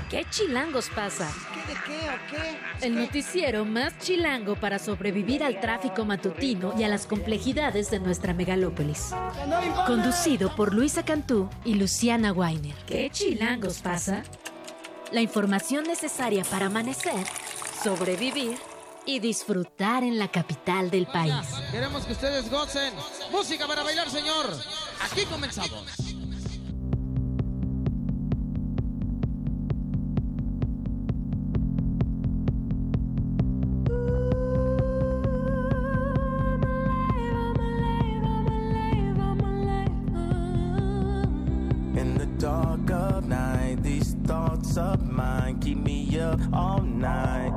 ¿Qué chilangos pasa? ¿Qué de qué o qué? El noticiero más chilango para sobrevivir al tráfico matutino y a las complejidades de nuestra megalópolis. Conducido por Luisa Cantú y Luciana Weiner. ¿Qué chilangos pasa? La información necesaria para amanecer, sobrevivir y disfrutar en la capital del país. Queremos que ustedes gocen. Música para bailar, señor. Aquí comenzamos. Dark of night, these thoughts of mine keep me up all night.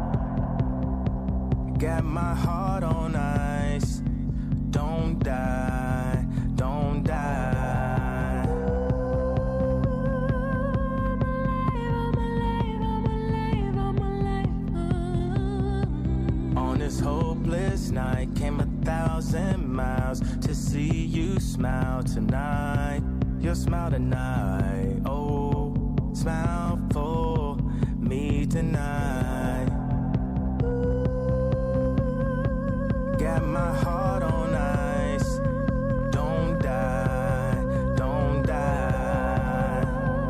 Got my heart on ice. Don't die, don't die. On this hopeless night, came 1,000 miles to see you smile tonight. Your smile tonight, oh, smile for me tonight. Got my heart on ice. Don't die, don't die.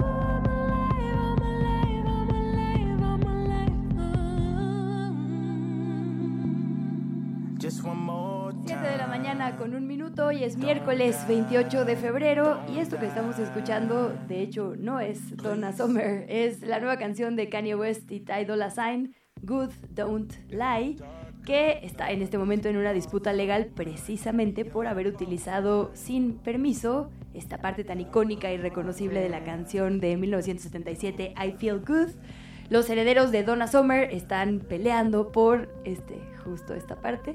Just one more time. 7 de la mañana con 1 minuto, hoy es miércoles 28 de febrero y esto que estamos escuchando, de hecho, no es Donna Summer, es la nueva canción de Kanye West y Ty Dolla $ign, Good Don't Lie, que está en este momento en una disputa legal precisamente por haber utilizado sin permiso esta parte tan icónica y reconocible de la canción de 1977, I Feel Good. Los herederos de Donna Summer están peleando por justo esta parte,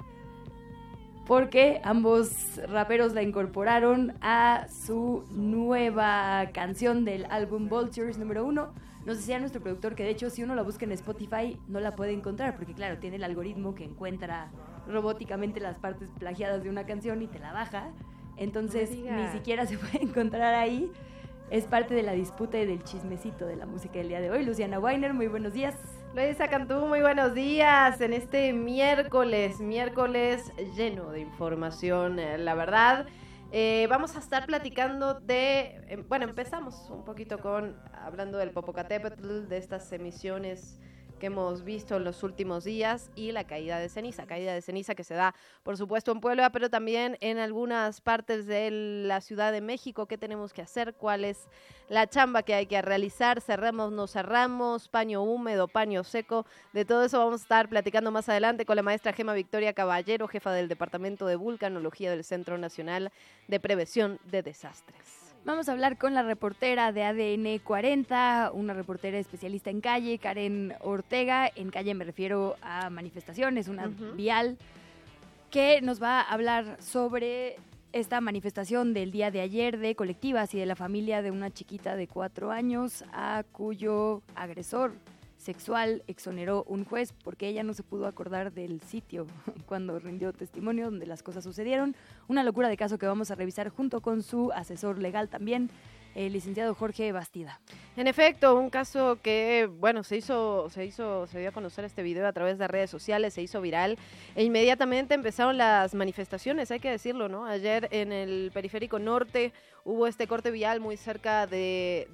porque ambos raperos la incorporaron a su nueva canción del álbum Vultures número 1. Nos decía nuestro productor que de hecho si uno la busca en Spotify no la puede encontrar, porque claro, tiene el algoritmo que encuentra robóticamente las partes plagiadas de una canción y te la baja, entonces ni siquiera se puede encontrar ahí. Es parte de la disputa y del chismecito de la música del día de hoy. Luciana Weiner, muy buenos días. Luisa Cantú, muy buenos días en este miércoles lleno de información, la verdad. Vamos a estar platicando empezamos un poquito hablando del Popocatépetl, de estas emisiones que hemos visto en los últimos días y la caída de ceniza que se da, por supuesto, en Puebla, pero también en algunas partes de la Ciudad de México. ¿Qué tenemos que hacer? ¿Cuál es la chamba que hay que realizar? ¿Cerramos, no cerramos? ¿Paño húmedo, paño seco? De todo eso vamos a estar platicando más adelante con la maestra Gema Victoria Caballero, jefa del Departamento de Vulcanología del Centro Nacional de Prevención de Desastres. Vamos a hablar con la reportera de ADN 40, una reportera especialista en calle, Karen Ortega. En calle me refiero a manifestaciones, una vial, que nos va a hablar sobre esta manifestación del día de ayer de colectivas y de la familia de una chiquita de 4 años a cuyo agresor sexual exoneró un juez porque ella no se pudo acordar del sitio cuando rindió testimonio donde las cosas sucedieron. Una locura de caso que vamos a revisar junto con su asesor legal también, el licenciado Jorge Bastida. En efecto, un caso que, se dio a conocer este video a través de redes sociales, se hizo viral e inmediatamente empezaron las manifestaciones, hay que decirlo, ¿no? Ayer en el Periférico Norte hubo este corte vial muy cerca de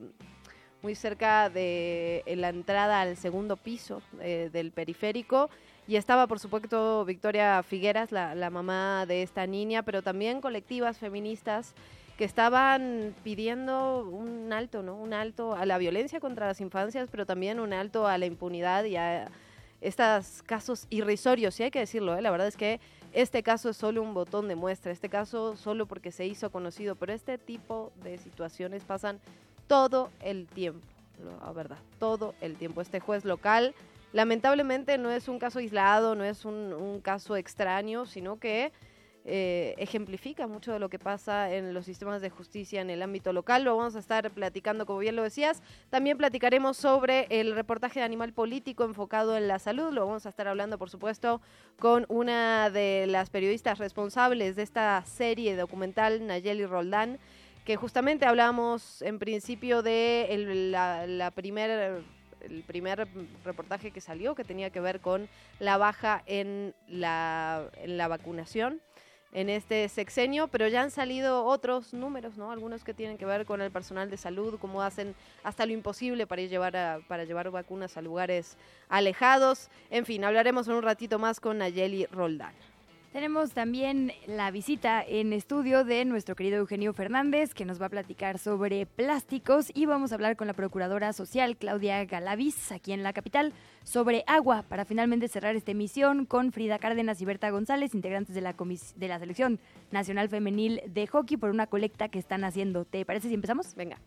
la entrada al segundo piso del periférico, y estaba por supuesto Victoria Figueras, la mamá de esta niña, pero también colectivas feministas que estaban pidiendo un alto, ¿no? Un alto a la violencia contra las infancias, pero también un alto a la impunidad y a estos casos irrisorios, y hay que decirlo, la verdad es que este caso es solo un botón de muestra, este caso solo porque se hizo conocido, pero este tipo de situaciones pasan todo el tiempo, la verdad, todo el tiempo. Este juez local, lamentablemente, no es un caso aislado, no es un caso extraño, sino que ejemplifica mucho de lo que pasa en los sistemas de justicia en el ámbito local. Lo vamos a estar platicando, como bien lo decías. También platicaremos sobre el reportaje de Animal Político enfocado en la salud. Lo vamos a estar hablando, por supuesto, con una de las periodistas responsables de esta serie documental, Nayeli Roldán, que justamente hablábamos en principio de el primer reportaje que salió, que tenía que ver con la baja en la vacunación en este sexenio, pero ya han salido otros números, ¿no? Algunos que tienen que ver con el personal de salud, cómo hacen hasta lo imposible para llevar vacunas a lugares alejados. En fin, hablaremos en un ratito más con Nayeli Roldán. Tenemos también la visita en estudio de nuestro querido Eugenio Fernández, que nos va a platicar sobre plásticos, y vamos a hablar con la Procuradora Social, Claudia Galaviz, aquí en la capital, sobre agua, para finalmente cerrar esta emisión con Frida Cárdenas y Berta González, integrantes de la Selección Nacional Femenil de Hockey, por una colecta que están haciendo. ¿Te parece si empezamos? Venga.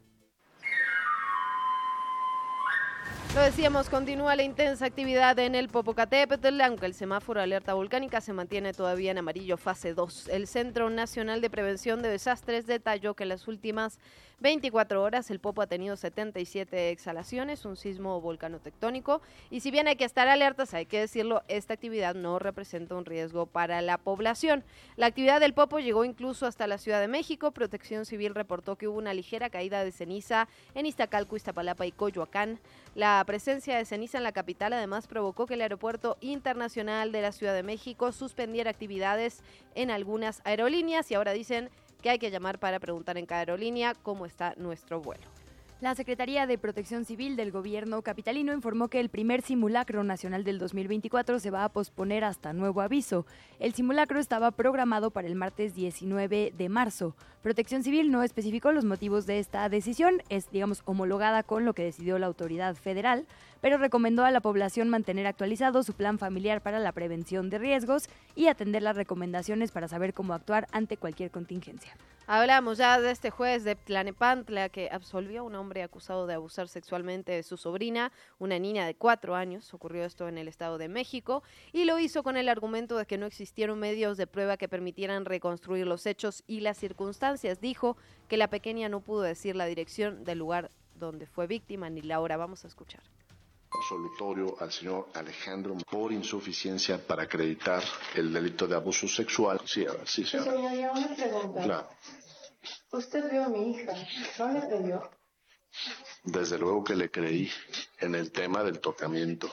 Lo decíamos, continúa la intensa actividad en el Popocatépetl, aunque el semáforo de alerta volcánica se mantiene todavía en amarillo fase 2. El Centro Nacional de Prevención de Desastres detalló que en las últimas 24 horas el Popo ha tenido 77 exhalaciones, un sismo volcanotectónico, y si bien hay que estar alertas, hay que decirlo, esta actividad no representa un riesgo para la población. La actividad del Popo llegó incluso hasta la Ciudad de México. Protección Civil reportó que hubo una ligera caída de ceniza en Iztacalco, Iztapalapa y Coyoacán. La presencia de ceniza en la capital además provocó que el Aeropuerto Internacional de la Ciudad de México suspendiera actividades en algunas aerolíneas, y ahora dicen que hay que llamar para preguntar en cada aerolínea cómo está nuestro vuelo. La Secretaría de Protección Civil del Gobierno capitalino informó que el primer simulacro nacional del 2024 se va a posponer hasta nuevo aviso. El simulacro estaba programado para el martes 19 de marzo. Protección Civil no especificó los motivos de esta decisión, es, homologada con lo que decidió la autoridad federal, pero recomendó a la población mantener actualizado su plan familiar para la prevención de riesgos y atender las recomendaciones para saber cómo actuar ante cualquier contingencia. Hablamos ya de este juez de Tlanepantla que absolvió a un hombre acusado de abusar sexualmente de su sobrina, una niña de 4 años. Ocurrió esto en el Estado de México y lo hizo con el argumento de que no existieron medios de prueba que permitieran reconstruir los hechos y las circunstancias. Dijo que la pequeña no pudo decir la dirección del lugar donde fue víctima ni la hora. Vamos a escuchar. Absolutorio al señor Alejandro por insuficiencia para acreditar el delito de abuso sexual. Sí, a ver, sí, señora. Señoría, una pregunta. Claro. Usted vio a mi hija, ¿no le creyó? Desde luego que le creí en el tema del tocamiento.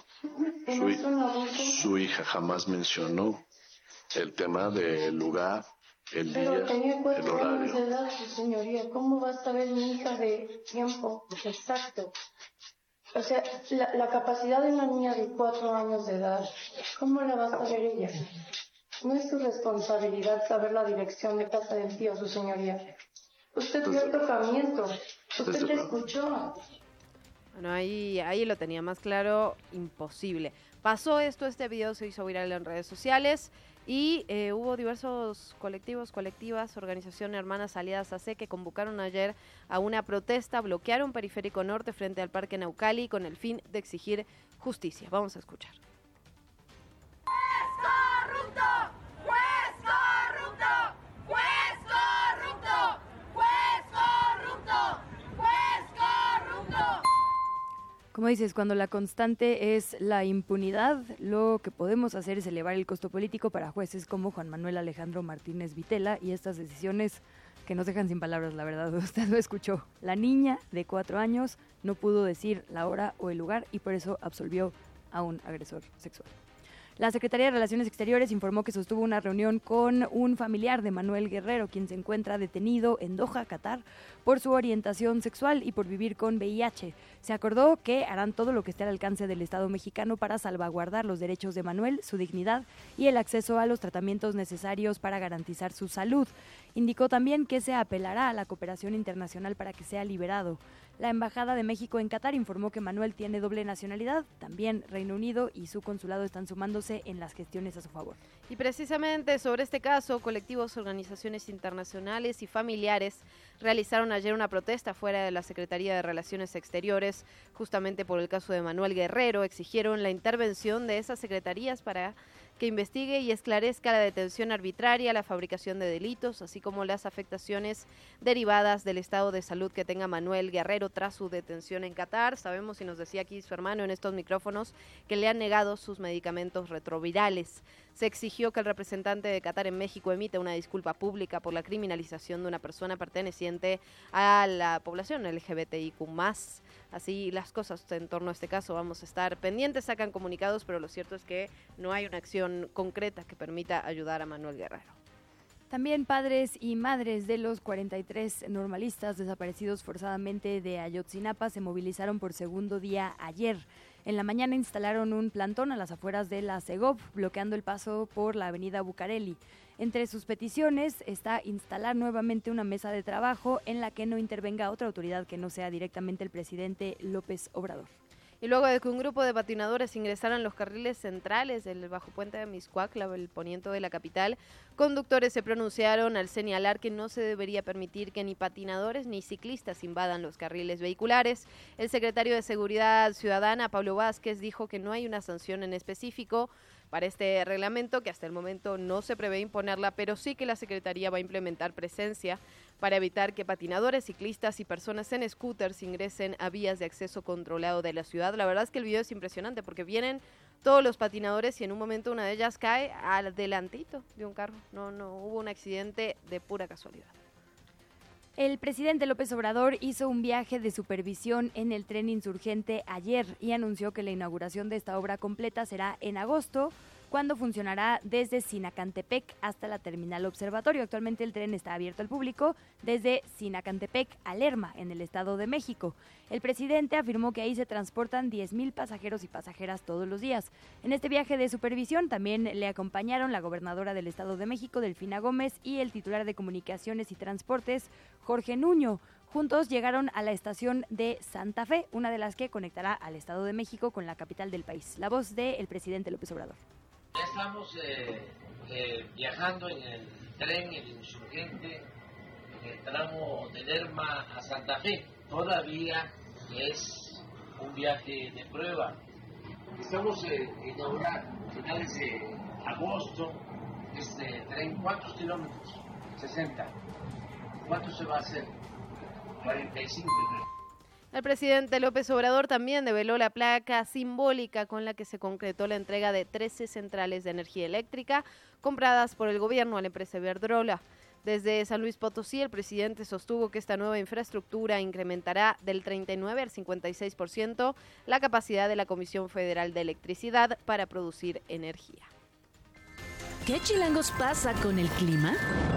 Su hija jamás mencionó el tema del lugar, el Pero día, tenía el 4 años de horario. edad, su señoría. ¿Cómo va a saber mi hija de tiempo exacto? O sea, la capacidad de una niña de 4 años de edad, ¿cómo la va a saber ella? No es su responsabilidad saber la dirección de casa del tío, su señoría. Usted vio el tocamiento, usted le escuchó. Bueno, ahí lo tenía más claro, imposible. Pasó esto, este video se hizo viral en redes sociales y hubo diversos colectivos, colectivas, organizaciones hermanas aliadas AC que convocaron ayer a una protesta, bloquearon Periférico Norte frente al Parque Naucali con el fin de exigir justicia. Vamos a escuchar. Como dices, cuando la constante es la impunidad, lo que podemos hacer es elevar el costo político para jueces como Juan Manuel Alejandro Martínez Vitela y estas decisiones que nos dejan sin palabras, la verdad. Usted lo escuchó. La niña de 4 años no pudo decir la hora o el lugar y por eso absolvió a un agresor sexual. La Secretaría de Relaciones Exteriores informó que sostuvo una reunión con un familiar de Manuel Guerrero, quien se encuentra detenido en Doha, Qatar, por su orientación sexual y por vivir con VIH. Se acordó que harán todo lo que esté al alcance del Estado mexicano para salvaguardar los derechos de Manuel, su dignidad y el acceso a los tratamientos necesarios para garantizar su salud. Indicó también que se apelará a la cooperación internacional para que sea liberado. La Embajada de México en Qatar informó que Manuel tiene doble nacionalidad, también Reino Unido, y su consulado están sumándose en las gestiones a su favor. Y precisamente sobre este caso, colectivos, organizaciones internacionales y familiares realizaron ayer una protesta fuera de la Secretaría de Relaciones Exteriores, justamente por el caso de Manuel Guerrero. Exigieron la intervención de esas secretarías para que investigue y esclarezca la detención arbitraria, la fabricación de delitos, así como las afectaciones derivadas del estado de salud que tenga Manuel Guerrero tras su detención en Qatar. Sabemos, y nos decía aquí su hermano en estos micrófonos, que le han negado sus medicamentos retrovirales. Se exigió que el representante de Qatar en México emita una disculpa pública por la criminalización de una persona perteneciente a la población LGBTIQ+. Así las cosas en torno a este caso, vamos a estar pendientes, sacan comunicados, pero lo cierto es que no hay una acción concreta que permita ayudar a Manuel Guerrero. También padres y madres de los 43 normalistas desaparecidos forzadamente de Ayotzinapa se movilizaron por segundo día ayer. En la mañana instalaron un plantón a las afueras de la Segov, bloqueando el paso por la avenida Bucareli. Entre sus peticiones está instalar nuevamente una mesa de trabajo en la que no intervenga otra autoridad que no sea directamente el presidente López Obrador. Y luego de que un grupo de patinadores ingresaran los carriles centrales del bajo puente de Mixcoac, el poniente de la capital, conductores se pronunciaron al señalar que no se debería permitir que ni patinadores ni ciclistas invadan los carriles vehiculares. El secretario de Seguridad Ciudadana, Pablo Vázquez, dijo que no hay una sanción en específico para este reglamento, que hasta el momento no se prevé imponerla, pero sí que la Secretaría va a implementar presencia para evitar que patinadores, ciclistas y personas en scooters ingresen a vías de acceso controlado de la ciudad. La verdad es que el video es impresionante porque vienen todos los patinadores y en un momento una de ellas cae al delantito de un carro. No hubo un accidente de pura casualidad. El presidente López Obrador hizo un viaje de supervisión en el tren insurgente ayer y anunció que la inauguración de esta obra completa será en agosto, cuando funcionará desde Sinacantepec hasta la terminal Observatorio. Actualmente el tren está abierto al público desde Sinacantepec a Lerma, en el Estado de México. El presidente afirmó que ahí se transportan 10,000 pasajeros y pasajeras todos los días. En este viaje de supervisión también le acompañaron la gobernadora del Estado de México, Delfina Gómez, y el titular de Comunicaciones y Transportes, Jorge Nuño. Juntos llegaron a la estación de Santa Fe, una de las que conectará al Estado de México con la capital del país. La voz del presidente López Obrador. Ya estamos viajando en el tren, el insurgente, en el tramo de Lerma a Santa Fe. Todavía es un viaje de prueba. Estamos inaugurando a finales de agosto este tren. ¿Cuántos kilómetros? 60. ¿Cuánto se va a hacer? 45. El presidente López Obrador también develó la placa simbólica con la que se concretó la entrega de 13 centrales de energía eléctrica compradas por el gobierno a la empresa Iberdrola. Desde San Luis Potosí, el presidente sostuvo que esta nueva infraestructura incrementará del 39 al 56% la capacidad de la Comisión Federal de Electricidad para producir energía. ¿Qué chilangos pasa con el clima?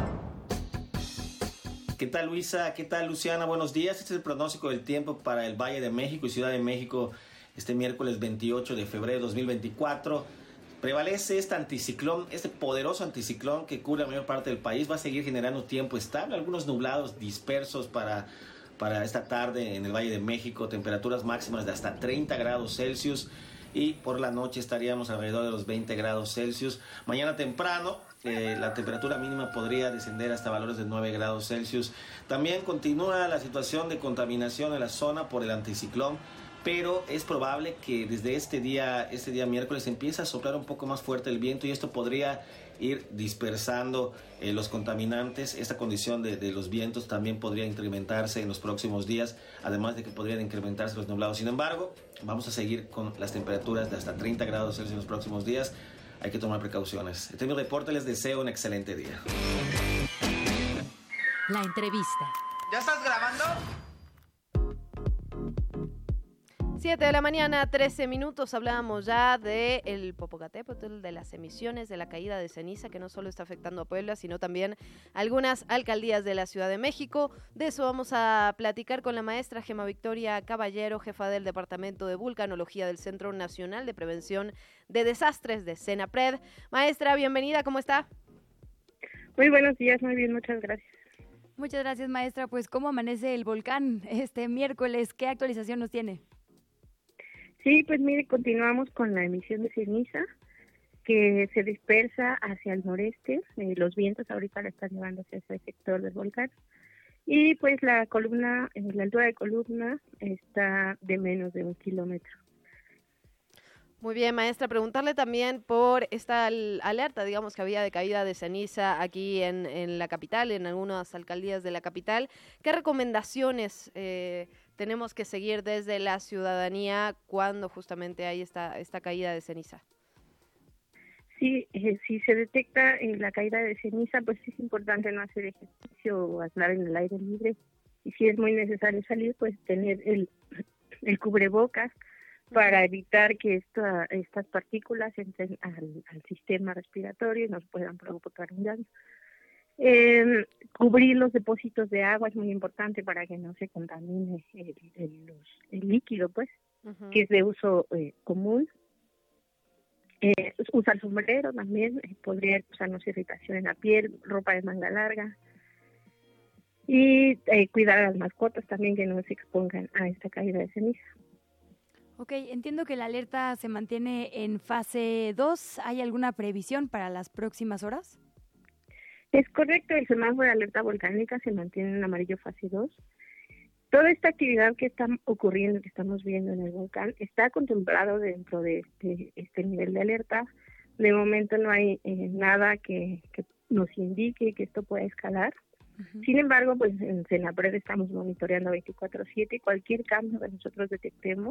¿Qué tal, Luisa? ¿Qué tal, Luciana? Buenos días. Este es el pronóstico del tiempo para el Valle de México y Ciudad de México este miércoles 28 de febrero de 2024. Prevalece este poderoso anticiclón que cubre la mayor parte del país. Va a seguir generando tiempo estable, algunos nublados dispersos para esta tarde en el Valle de México. Temperaturas máximas de hasta 30 grados Celsius y por la noche estaríamos alrededor de los 20 grados Celsius. Mañana temprano la temperatura mínima podría descender hasta valores de 9 grados Celsius. También continúa la situación de contaminación en la zona por el anticiclón, pero es probable que desde este día miércoles empiece a soplar un poco más fuerte el viento y esto podría ir dispersando los contaminantes. Esta condición de los vientos también podría incrementarse en los próximos días, además de que podrían incrementarse los nublados. Sin embargo, vamos a seguir con las temperaturas de hasta 30 grados Celsius en los próximos días. Hay que tomar precauciones. Este es mi reporte, les deseo un excelente día. La entrevista. ¿Ya estás grabando? 7 de la mañana, 13 minutos, hablábamos ya del Popocatépetl, de las emisiones, de la caída de ceniza, que no solo está afectando a Puebla, sino también algunas alcaldías de la Ciudad de México. De eso vamos a platicar con la maestra Gema Victoria Caballero, jefa del Departamento de Vulcanología del Centro Nacional de Prevención de Desastres de CENAPRED. Maestra, bienvenida, ¿cómo está? Muy buenos días, muy bien, muchas gracias. Muchas gracias, maestra. Pues, ¿cómo amanece el volcán este miércoles? ¿Qué actualización nos tiene? Sí, pues mire, continuamos con la emisión de ceniza que se dispersa hacia el noreste. Los vientos ahorita la están llevando hacia ese sector del volcán. Y pues la altura de columna está de menos de 1 kilómetro. Muy bien, maestra, preguntarle también por esta alerta, digamos, que había de caída de ceniza aquí en la capital, en algunas alcaldías de la capital. ¿Qué recomendaciones tenemos que seguir desde la ciudadanía cuando justamente hay esta caída de ceniza? Sí, si se detecta la caída de ceniza, pues es importante no hacer ejercicio o andar en el aire libre. Y si es muy necesario salir, pues tener el cubrebocas para evitar que estas partículas entren al sistema respiratorio y nos puedan provocar un daño. Cubrir los depósitos de agua es muy importante para que no se contamine el líquido, pues, que es de uso común. Usar sombrero también, podría usarnos irritación en la piel, ropa de manga larga. Y cuidar a las mascotas también, que no se expongan a esta caída de ceniza. Ok, entiendo que la alerta se mantiene en fase 2. ¿Hay alguna previsión para las próximas horas? Es correcto, el semáforo de alerta volcánica se mantiene en amarillo fase 2. Toda esta actividad que está ocurriendo, que estamos viendo en el volcán, está contemplado dentro de este nivel de alerta. De momento no hay nada que nos indique que esto pueda escalar. Sin embargo, pues en Senapred estamos monitoreando 24/7 y cualquier cambio que nosotros detectemos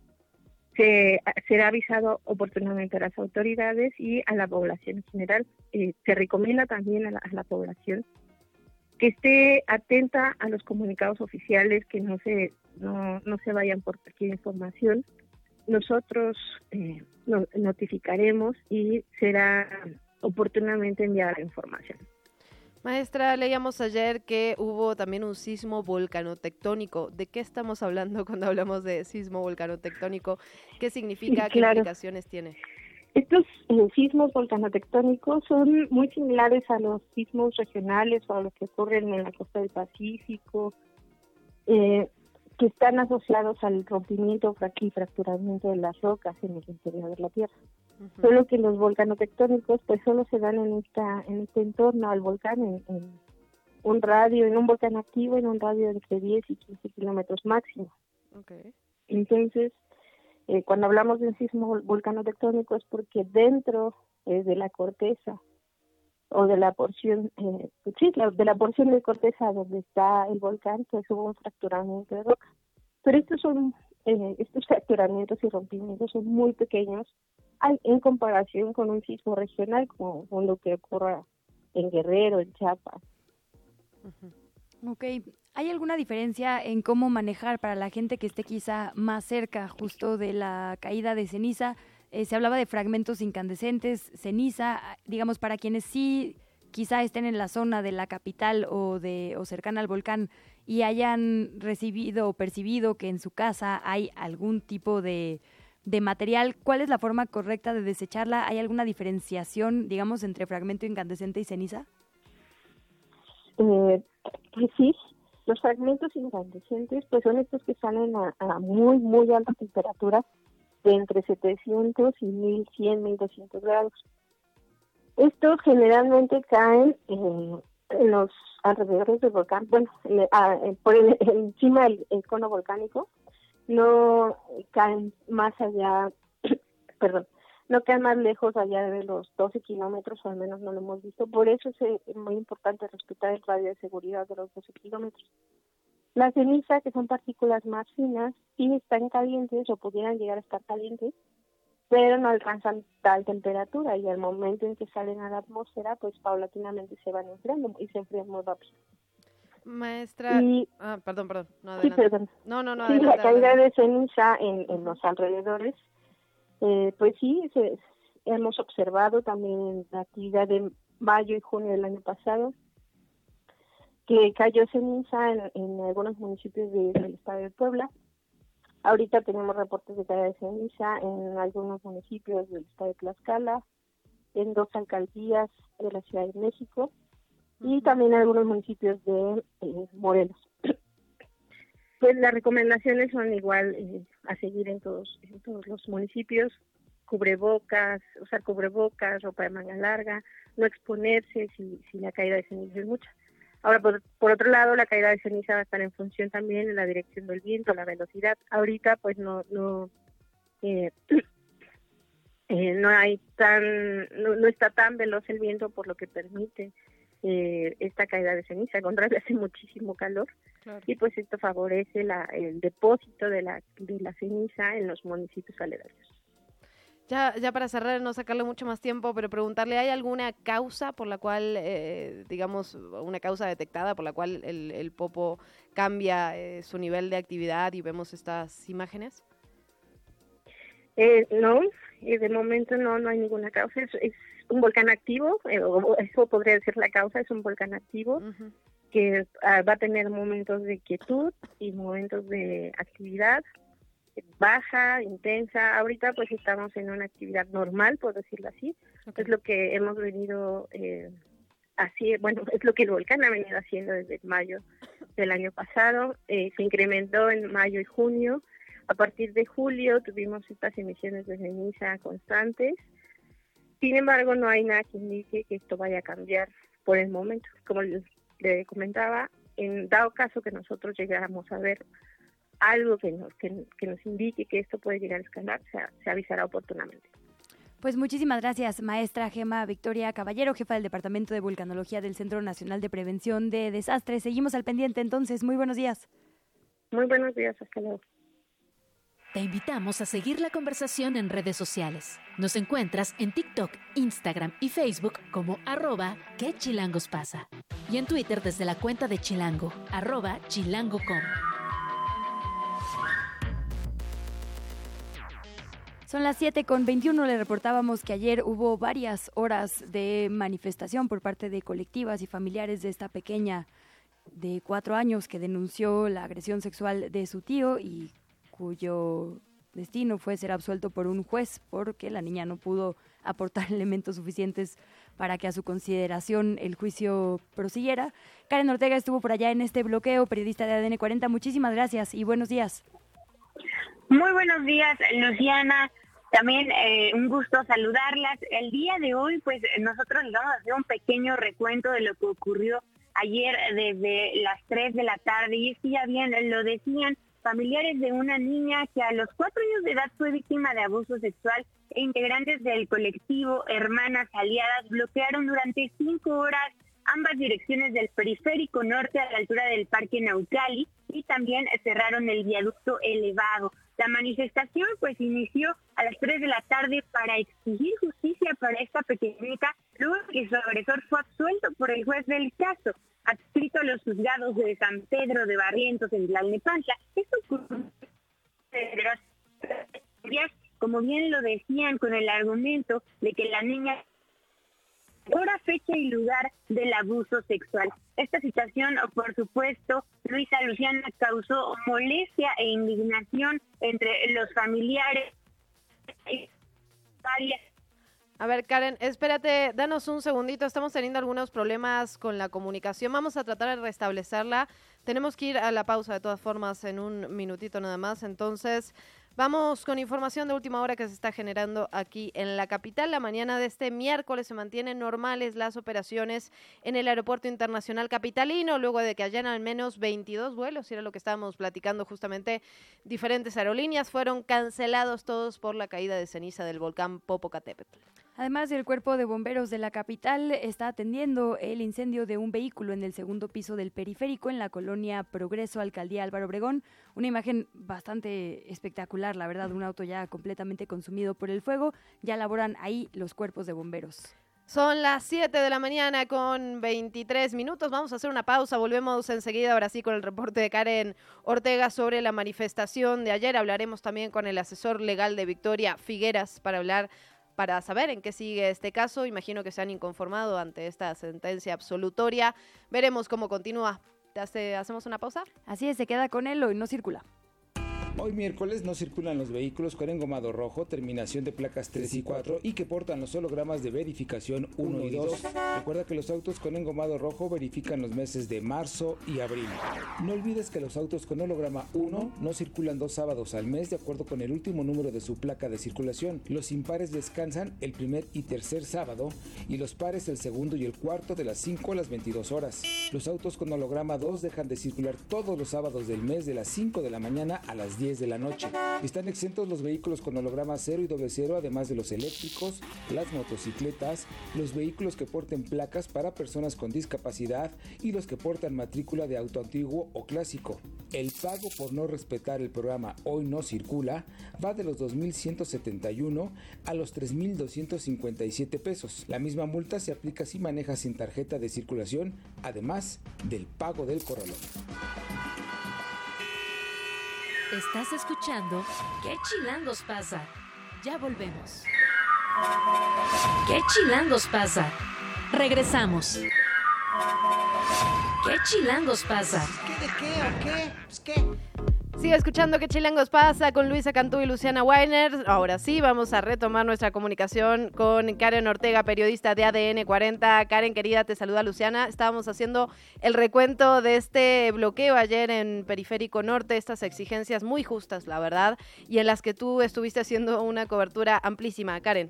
será avisado oportunamente a las autoridades y a la población en general. Se recomienda también a la población que esté atenta a los comunicados oficiales, que no se vayan por cualquier información. Nosotros notificaremos y será oportunamente enviada la información. Maestra, leíamos ayer que hubo también un sismo volcanotectónico. ¿De qué estamos hablando cuando hablamos de sismo volcanotectónico? ¿Qué significa? Sí, claro. ¿Qué implicaciones tiene? Estos sismos volcanotectónicos son muy similares a los sismos regionales o a los que ocurren en la costa del Pacífico, que están asociados al rompimiento y fracturamiento de las rocas en el interior de la Tierra. Solo que los volcanotectónicos pues solo se dan en este entorno al volcán, en un radio, en un volcán activo, en un radio de entre 10 y 15 kilómetros máximo. Okay. Entonces, cuando hablamos de un sismo volcanotectónico es porque dentro de la corteza o de la porción, de la porción de corteza donde está el volcán, pues hubo un fracturamiento de roca. Pero estos fracturamientos y rompimientos son muy pequeños en comparación con un sismo regional, como lo que ocurra en Guerrero, en Chiapas. Ok, ¿hay alguna diferencia en cómo manejar para la gente que esté quizá más cerca justo de la caída de ceniza? Se hablaba de fragmentos incandescentes, ceniza, digamos, para quienes sí quizá estén en la zona de la capital o cercana al volcán y hayan recibido o percibido que en su casa hay algún tipo de material, ¿cuál es la forma correcta de desecharla? ¿Hay alguna diferenciación, digamos, entre fragmento incandescente y ceniza? Pues sí, los fragmentos incandescentes pues son estos que salen a muy, muy altas temperaturas, de entre 700 y 1100, 1200 grados. Estos generalmente caen en los alrededores del volcán, bueno, encima del cono volcánico. No caen más allá, no caen más lejos allá de los 12 kilómetros, o al menos no lo hemos visto. Por eso es muy importante respetar el radio de seguridad de los 12 kilómetros. La ceniza, que son partículas más finas, sí están calientes o pudieran llegar a estar calientes, pero no alcanzan tal temperatura y al momento en que salen a la atmósfera, pues paulatinamente se van enfriando y se enfrían muy rápido. Maestra, perdón, no, adelante. Sí, perdón. No, sí, adelante, la caída adelante. de ceniza en los alrededores, pues sí, hemos observado también en la actividad de mayo y junio del año pasado, que cayó ceniza en algunos municipios del estado de Puebla. Ahorita tenemos reportes de caída de ceniza en algunos municipios del estado de Tlaxcala, en 2 alcaldías de la Ciudad de México, y también en algunos municipios de Morelos. Pues las recomendaciones son igual a seguir en todos los municipios: usar cubrebocas, ropa de manga larga, no exponerse si la caída de ceniza es mucha. Ahora, por otro lado, la caída de ceniza va a estar en función también de la dirección del viento, la velocidad. Ahorita, pues no no está tan veloz el viento, por lo que permite esta caída de ceniza. Al contrario, hace muchísimo calor. Claro. Y pues esto favorece el depósito de la ceniza en los municipios aledaños. Ya para cerrar, no sacarle mucho más tiempo, pero preguntarle, ¿hay alguna causa por la cual, una causa detectada por la cual el Popo cambia su nivel de actividad y vemos estas imágenes? No, de momento no hay ninguna causa. Es un volcán activo, eso podría ser la causa, es un volcán activo que va a tener momentos de quietud y momentos de actividad baja, intensa. Ahorita pues estamos en una actividad normal, por decirlo así. Okay. Es lo que hemos venido es lo que el volcán ha venido haciendo desde mayo del año pasado. Se incrementó en mayo y junio. A partir de julio tuvimos estas emisiones de ceniza constantes. Sin embargo, no hay nada que indique que esto vaya a cambiar por el momento. Como le comentaba, en dado caso que nosotros llegáramos a ver algo que nos indique que esto puede llegar a escalar, se avisará oportunamente. Pues muchísimas gracias, maestra Gema Victoria Caballero, jefa del Departamento de Vulcanología del Centro Nacional de Prevención de Desastres. Seguimos al pendiente entonces. Muy buenos días. Muy buenos días, hasta luego. Te invitamos a seguir la conversación en redes sociales. Nos encuentras en TikTok, Instagram y Facebook como @¿Qué chilangos pasa? Y en Twitter desde la cuenta de Chilango, @chilango.com. Son las 7:21, le reportábamos que ayer hubo varias horas de manifestación por parte de colectivas y familiares de esta pequeña de 4 años que denunció la agresión sexual de su tío y cuyo destino fue ser absuelto por un juez porque la niña no pudo aportar elementos suficientes para que a su consideración el juicio prosiguiera. Karen Ortega estuvo por allá en este bloqueo, periodista de ADN 40. Muchísimas gracias y buenos días. Muy buenos días, Luciana. También un gusto saludarlas. El día de hoy, pues nosotros les vamos a hacer un pequeño recuento de lo que ocurrió ayer desde las 3 de la tarde. Y es que ya bien lo decían, familiares de una niña que a los 4 años de edad fue víctima de abuso sexual e integrantes del colectivo Hermanas Aliadas bloquearon durante 5 horas ambas direcciones del periférico norte a la altura del Parque Naucali y también cerraron el viaducto elevado. La manifestación pues inició a las 3 de la tarde para exigir justicia para esta pequeñita, luego que su agresor fue absuelto por el juez del caso, adscrito a los juzgados de San Pedro de Barrientos en Tlalnepantla. Esto ocurrió, como bien lo decían, con el argumento de que la niña hora, fecha y lugar del abuso sexual. Esta situación, por supuesto, Luciana, causó molestia e indignación entre los familiares. A ver, Karen, espérate, danos un segundito, estamos teniendo algunos problemas con la comunicación, vamos a tratar de restablecerla, tenemos que ir a la pausa de todas formas en un minutito nada más, entonces vamos con información de última hora que se está generando aquí en la capital. La mañana de este miércoles se mantienen normales las operaciones en el Aeropuerto Internacional Capitalino, luego de que hayan al menos 22 vuelos, y era lo que estábamos platicando justamente, diferentes aerolíneas fueron cancelados todos por la caída de ceniza del volcán Popocatépetl. Además, el Cuerpo de Bomberos de la capital está atendiendo el incendio de un vehículo en el segundo piso del periférico en la colonia Progreso, Alcaldía Álvaro Obregón. Una imagen bastante espectacular, la verdad, un auto ya completamente consumido por el fuego. Ya laboran ahí los cuerpos de bomberos. Son las 7 de la mañana con 23 minutos. Vamos a hacer una pausa. Volvemos enseguida, ahora sí, con el reporte de Karen Ortega sobre la manifestación de ayer. Hablaremos también con el asesor legal de Victoria Figueras para saber en qué sigue este caso. Imagino que se han inconformado ante esta sentencia absolutoria. Veremos cómo continúa. ¿Hacemos una pausa? Así es, se queda con él, hoy no circula. Hoy miércoles no circulan los vehículos con engomado rojo, terminación de placas 3 y 4 y que portan los hologramas de verificación 1 y 2. Recuerda que los autos con engomado rojo verifican los meses de marzo y abril. No olvides que los autos con holograma 1 no circulan 2 sábados al mes de acuerdo con el último número de su placa de circulación. Los impares descansan el primer y tercer sábado y los pares el segundo y el cuarto de las 5 a las 22 horas. Los autos con holograma 2 dejan de circular todos los sábados del mes de las 5 de la mañana a las 10 10 de la noche. Están exentos los vehículos con holograma 0 y 00, además de los eléctricos, las motocicletas, los vehículos que porten placas para personas con discapacidad y los que portan matrícula de auto antiguo o clásico. El pago por no respetar el programa Hoy No Circula va de los 2,171 a los 3,257 pesos. La misma multa se aplica si manejas sin tarjeta de circulación, además del pago del corralón. Estás escuchando ¿Qué chilangos pasa? Ya volvemos. ¿Qué chilangos pasa? Regresamos. ¿Qué chilangos pasa? ¿Qué de qué o qué? Pues qué. Sigue escuchando ¿Qué chilangos pasa? Con Luisa Cantú y Luciana Weiner. Ahora sí, vamos a retomar nuestra comunicación con Karen Ortega, periodista de ADN 40. Karen, querida, te saluda Luciana. Estábamos haciendo el recuento de este bloqueo ayer en Periférico Norte, estas exigencias muy justas, la verdad, y en las que tú estuviste haciendo una cobertura amplísima. Karen.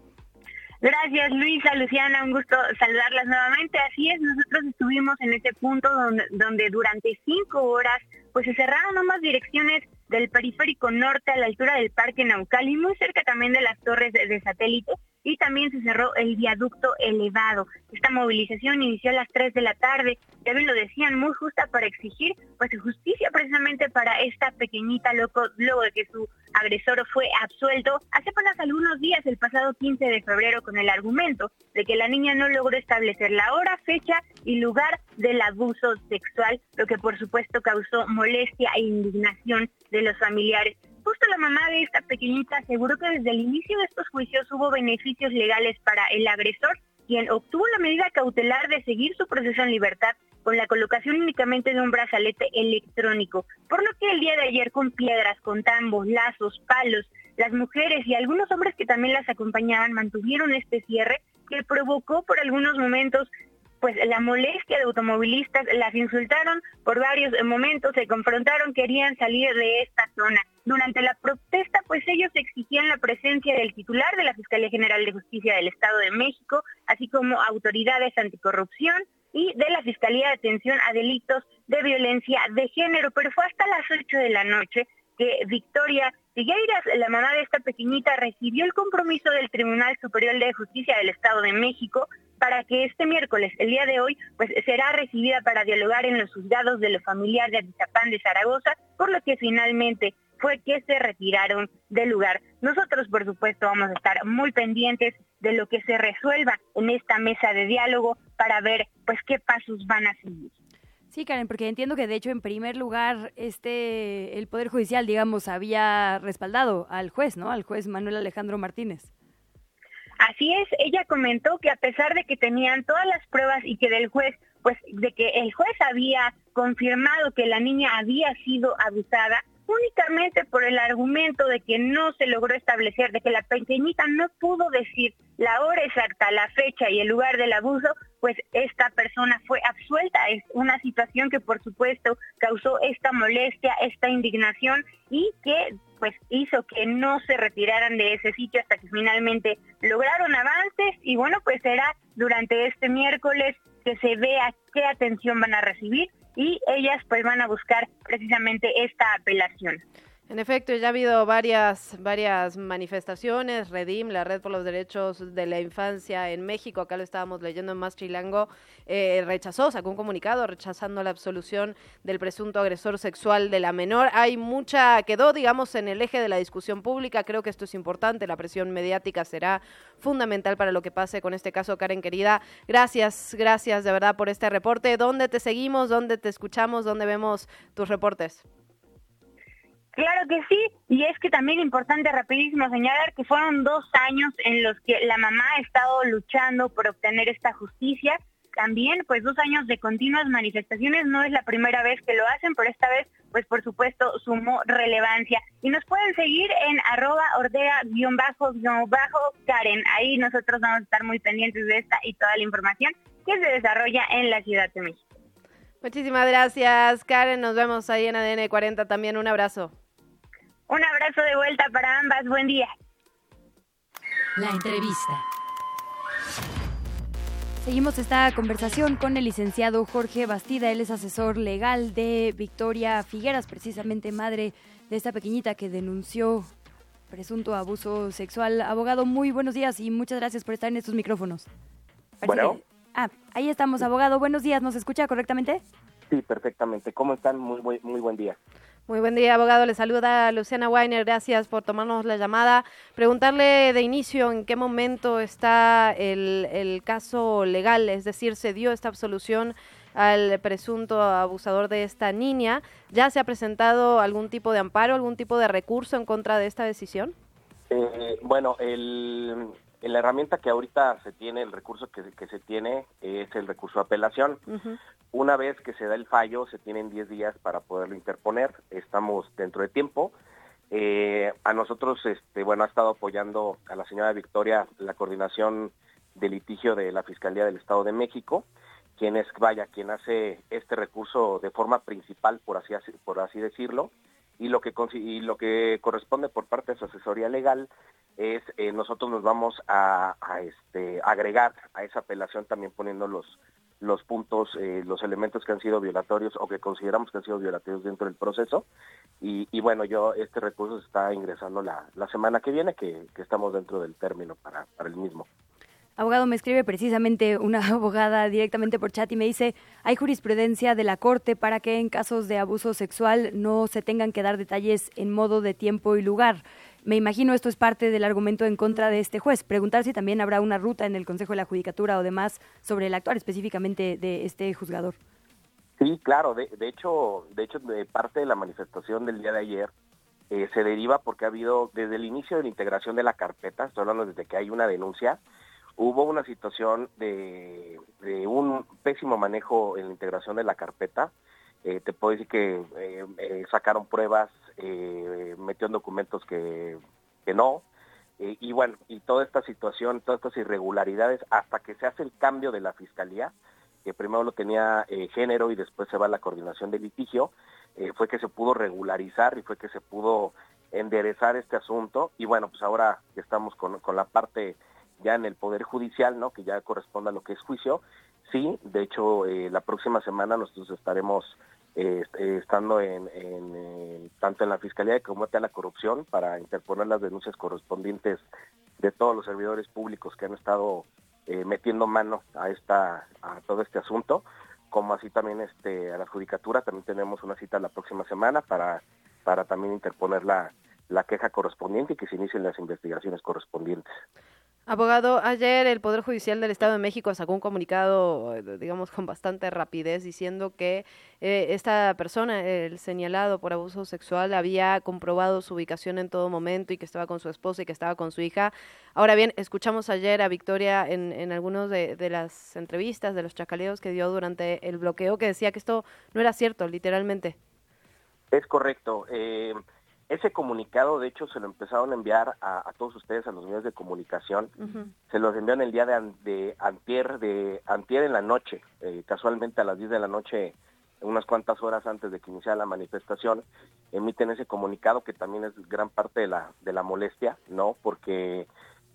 Gracias, Luisa, Luciana, un gusto saludarlas nuevamente. Así es, nosotros estuvimos en este punto donde durante 5 horas pues se cerraron ambas direcciones del Periférico Norte a la altura del Parque Naucali, muy cerca también de las torres de satélite, y también se cerró el viaducto elevado. Esta movilización inició a las 3 de la tarde, ya bien lo decían, muy justa para exigir pues justicia precisamente para esta pequeñita luego de que su agresor fue absuelto hace apenas algunos días, el pasado 15 de febrero, con el argumento de que la niña no logró establecer la hora, fecha y lugar del abuso sexual, lo que por supuesto causó molestia e indignación de los familiares. Justo la mamá de esta pequeñita aseguró que desde el inicio de estos juicios hubo beneficios legales para el agresor, quien obtuvo la medida cautelar de seguir su proceso en libertad con la colocación únicamente de un brazalete electrónico, por lo que el día de ayer con piedras, con tambos, lazos, palos, las mujeres y algunos hombres que también las acompañaban mantuvieron este cierre que provocó por algunos momentos pues la molestia de automovilistas, las insultaron por varios momentos, se confrontaron, querían salir de esta zona. Durante la protesta, pues ellos exigían la presencia del titular de la Fiscalía General de Justicia del Estado de México, así como autoridades anticorrupción y de la Fiscalía de Atención a Delitos de Violencia de Género, pero fue hasta las 8 de la noche que Victoria Figueiras, la mamá de esta pequeñita, recibió el compromiso del Tribunal Superior de Justicia del Estado de México para que este miércoles, el día de hoy, pues será recibida para dialogar en los juzgados de lo familiar de Atizapán de Zaragoza, por lo que finalmente fue que se retiraron del lugar. Nosotros, por supuesto, vamos a estar muy pendientes de lo que se resuelva en esta mesa de diálogo para ver, pues, qué pasos van a seguir. Sí, Karen, porque entiendo que de hecho en primer lugar el Poder Judicial, digamos, había respaldado al juez, ¿no? Al juez Manuel Alejandro Martínez. Así es, ella comentó que a pesar de que tenían todas las pruebas y que del juez, pues de que el juez había confirmado que la niña había sido abusada, únicamente por el argumento de que no se logró establecer, de que la pequeñita no pudo decir la hora exacta, la fecha y el lugar del abuso, pues esta persona fue absuelta. Es una situación que por supuesto causó esta molestia, esta indignación y que pues hizo que no se retiraran de ese sitio hasta que finalmente lograron avances y bueno, pues será durante este miércoles que se vea qué atención van a recibir y ellas pues van a buscar precisamente esta apelación. En efecto, ya ha habido varias manifestaciones. Redim, la Red por los Derechos de la Infancia en México, acá lo estábamos leyendo en Más Chilango, sacó un comunicado rechazando la absolución del presunto agresor sexual de la menor. Quedó, digamos, en el eje de la discusión pública. Creo que esto es importante, la presión mediática será fundamental para lo que pase con este caso. Karen, querida, gracias de verdad por este reporte. ¿Dónde te seguimos? ¿Dónde te escuchamos? ¿Dónde vemos tus reportes? Claro que sí, y es que también importante rapidísimo señalar que fueron 2 años en los que la mamá ha estado luchando por obtener esta justicia. También, pues 2 años de continuas manifestaciones, no es la primera vez que lo hacen, pero esta vez, pues por supuesto, sumó relevancia. Y nos pueden seguir en @Ortega_Karen. Ahí nosotros vamos a estar muy pendientes de esta y toda la información que se desarrolla en la Ciudad de México. Muchísimas gracias, Karen. Nos vemos ahí en ADN 40 también. Un abrazo. Un abrazo de vuelta para ambas. Buen día. La entrevista. Seguimos esta conversación con el licenciado Jorge Bastida. Él es asesor legal de Victoria Figueras, precisamente madre de esta pequeñita que denunció presunto abuso sexual. Abogado, muy buenos días y muchas gracias por estar en estos micrófonos. Bueno. Ahí estamos, abogado. Buenos días, ¿nos escucha correctamente? Sí, perfectamente. ¿Cómo están? Muy buen día. Muy buen día, abogado. Le saluda Luciana Weiner. Gracias por tomarnos la llamada. Preguntarle de inicio en qué momento está el caso legal, es decir, se dio esta absolución al presunto abusador de esta niña. ¿Ya se ha presentado algún tipo de amparo, algún tipo de recurso en contra de esta decisión? La herramienta que ahorita se tiene, el recurso que se tiene es el recurso de apelación. Uh-huh. Una vez que se da el fallo, se tienen 10 días para poderlo interponer. Estamos dentro de tiempo. A nosotros, ha estado apoyando a la señora Victoria la coordinación de litigio de la Fiscalía del Estado de México, quien hace este recurso de forma principal, por así decirlo, y lo que corresponde por parte de su asesoría legal es nosotros nos vamos a agregar a esa apelación también poniendo los puntos, los elementos que han sido violatorios o que consideramos que han sido violatorios dentro del proceso y este recurso se está ingresando la semana que viene, que estamos dentro del término para el mismo. Abogado, me escribe precisamente una abogada directamente por chat y me dice, hay jurisprudencia de la Corte para que en casos de abuso sexual no se tengan que dar detalles en modo de tiempo y lugar. Me imagino esto es parte del argumento en contra de este juez. Preguntar si también habrá una ruta en el Consejo de la Judicatura o demás sobre el actuar específicamente de este juzgador. Sí, claro. De hecho, de parte de la manifestación del día de ayer, se deriva porque ha habido, desde el inicio de la integración de la carpeta, estoy hablando desde que hay una denuncia, hubo una situación de un pésimo manejo en la integración de la carpeta. Te puedo decir que sacaron pruebas, metieron documentos que no, y toda esta situación, todas estas irregularidades, hasta que se hace el cambio de la Fiscalía, que primero lo tenía género y después se va a la coordinación de litigio, fue que se pudo regularizar y fue que se pudo enderezar este asunto, y pues ahora que estamos con la parte ya en el Poder Judicial, ¿no?, que ya corresponde a lo que es juicio. Sí, de hecho, la próxima semana nosotros estaremos estando tanto en la Fiscalía de Combate a la Corrupción para interponer las denuncias correspondientes de todos los servidores públicos que han estado metiendo mano a todo este asunto, como así también a la Judicatura. También tenemos una cita la próxima semana para también interponer la queja correspondiente y que se inicien las investigaciones correspondientes. Abogado, ayer el Poder Judicial del Estado de México sacó un comunicado, digamos, con bastante rapidez, diciendo que esta persona, el señalado por abuso sexual, había comprobado su ubicación en todo momento y que estaba con su esposa y que estaba con su hija. Ahora bien, escuchamos ayer a Victoria en algunos de las entrevistas, de los chacaleos que dio durante el bloqueo, que decía que esto no era cierto, literalmente. Es correcto. Ese comunicado, de hecho, se lo empezaron a enviar a todos ustedes, a los medios de comunicación. Uh-huh. Se los enviaron el día de antier en la noche, casualmente a las 10 de la noche, unas cuantas horas antes de que iniciara la manifestación, emiten ese comunicado que también es gran parte de la molestia, ¿no? Porque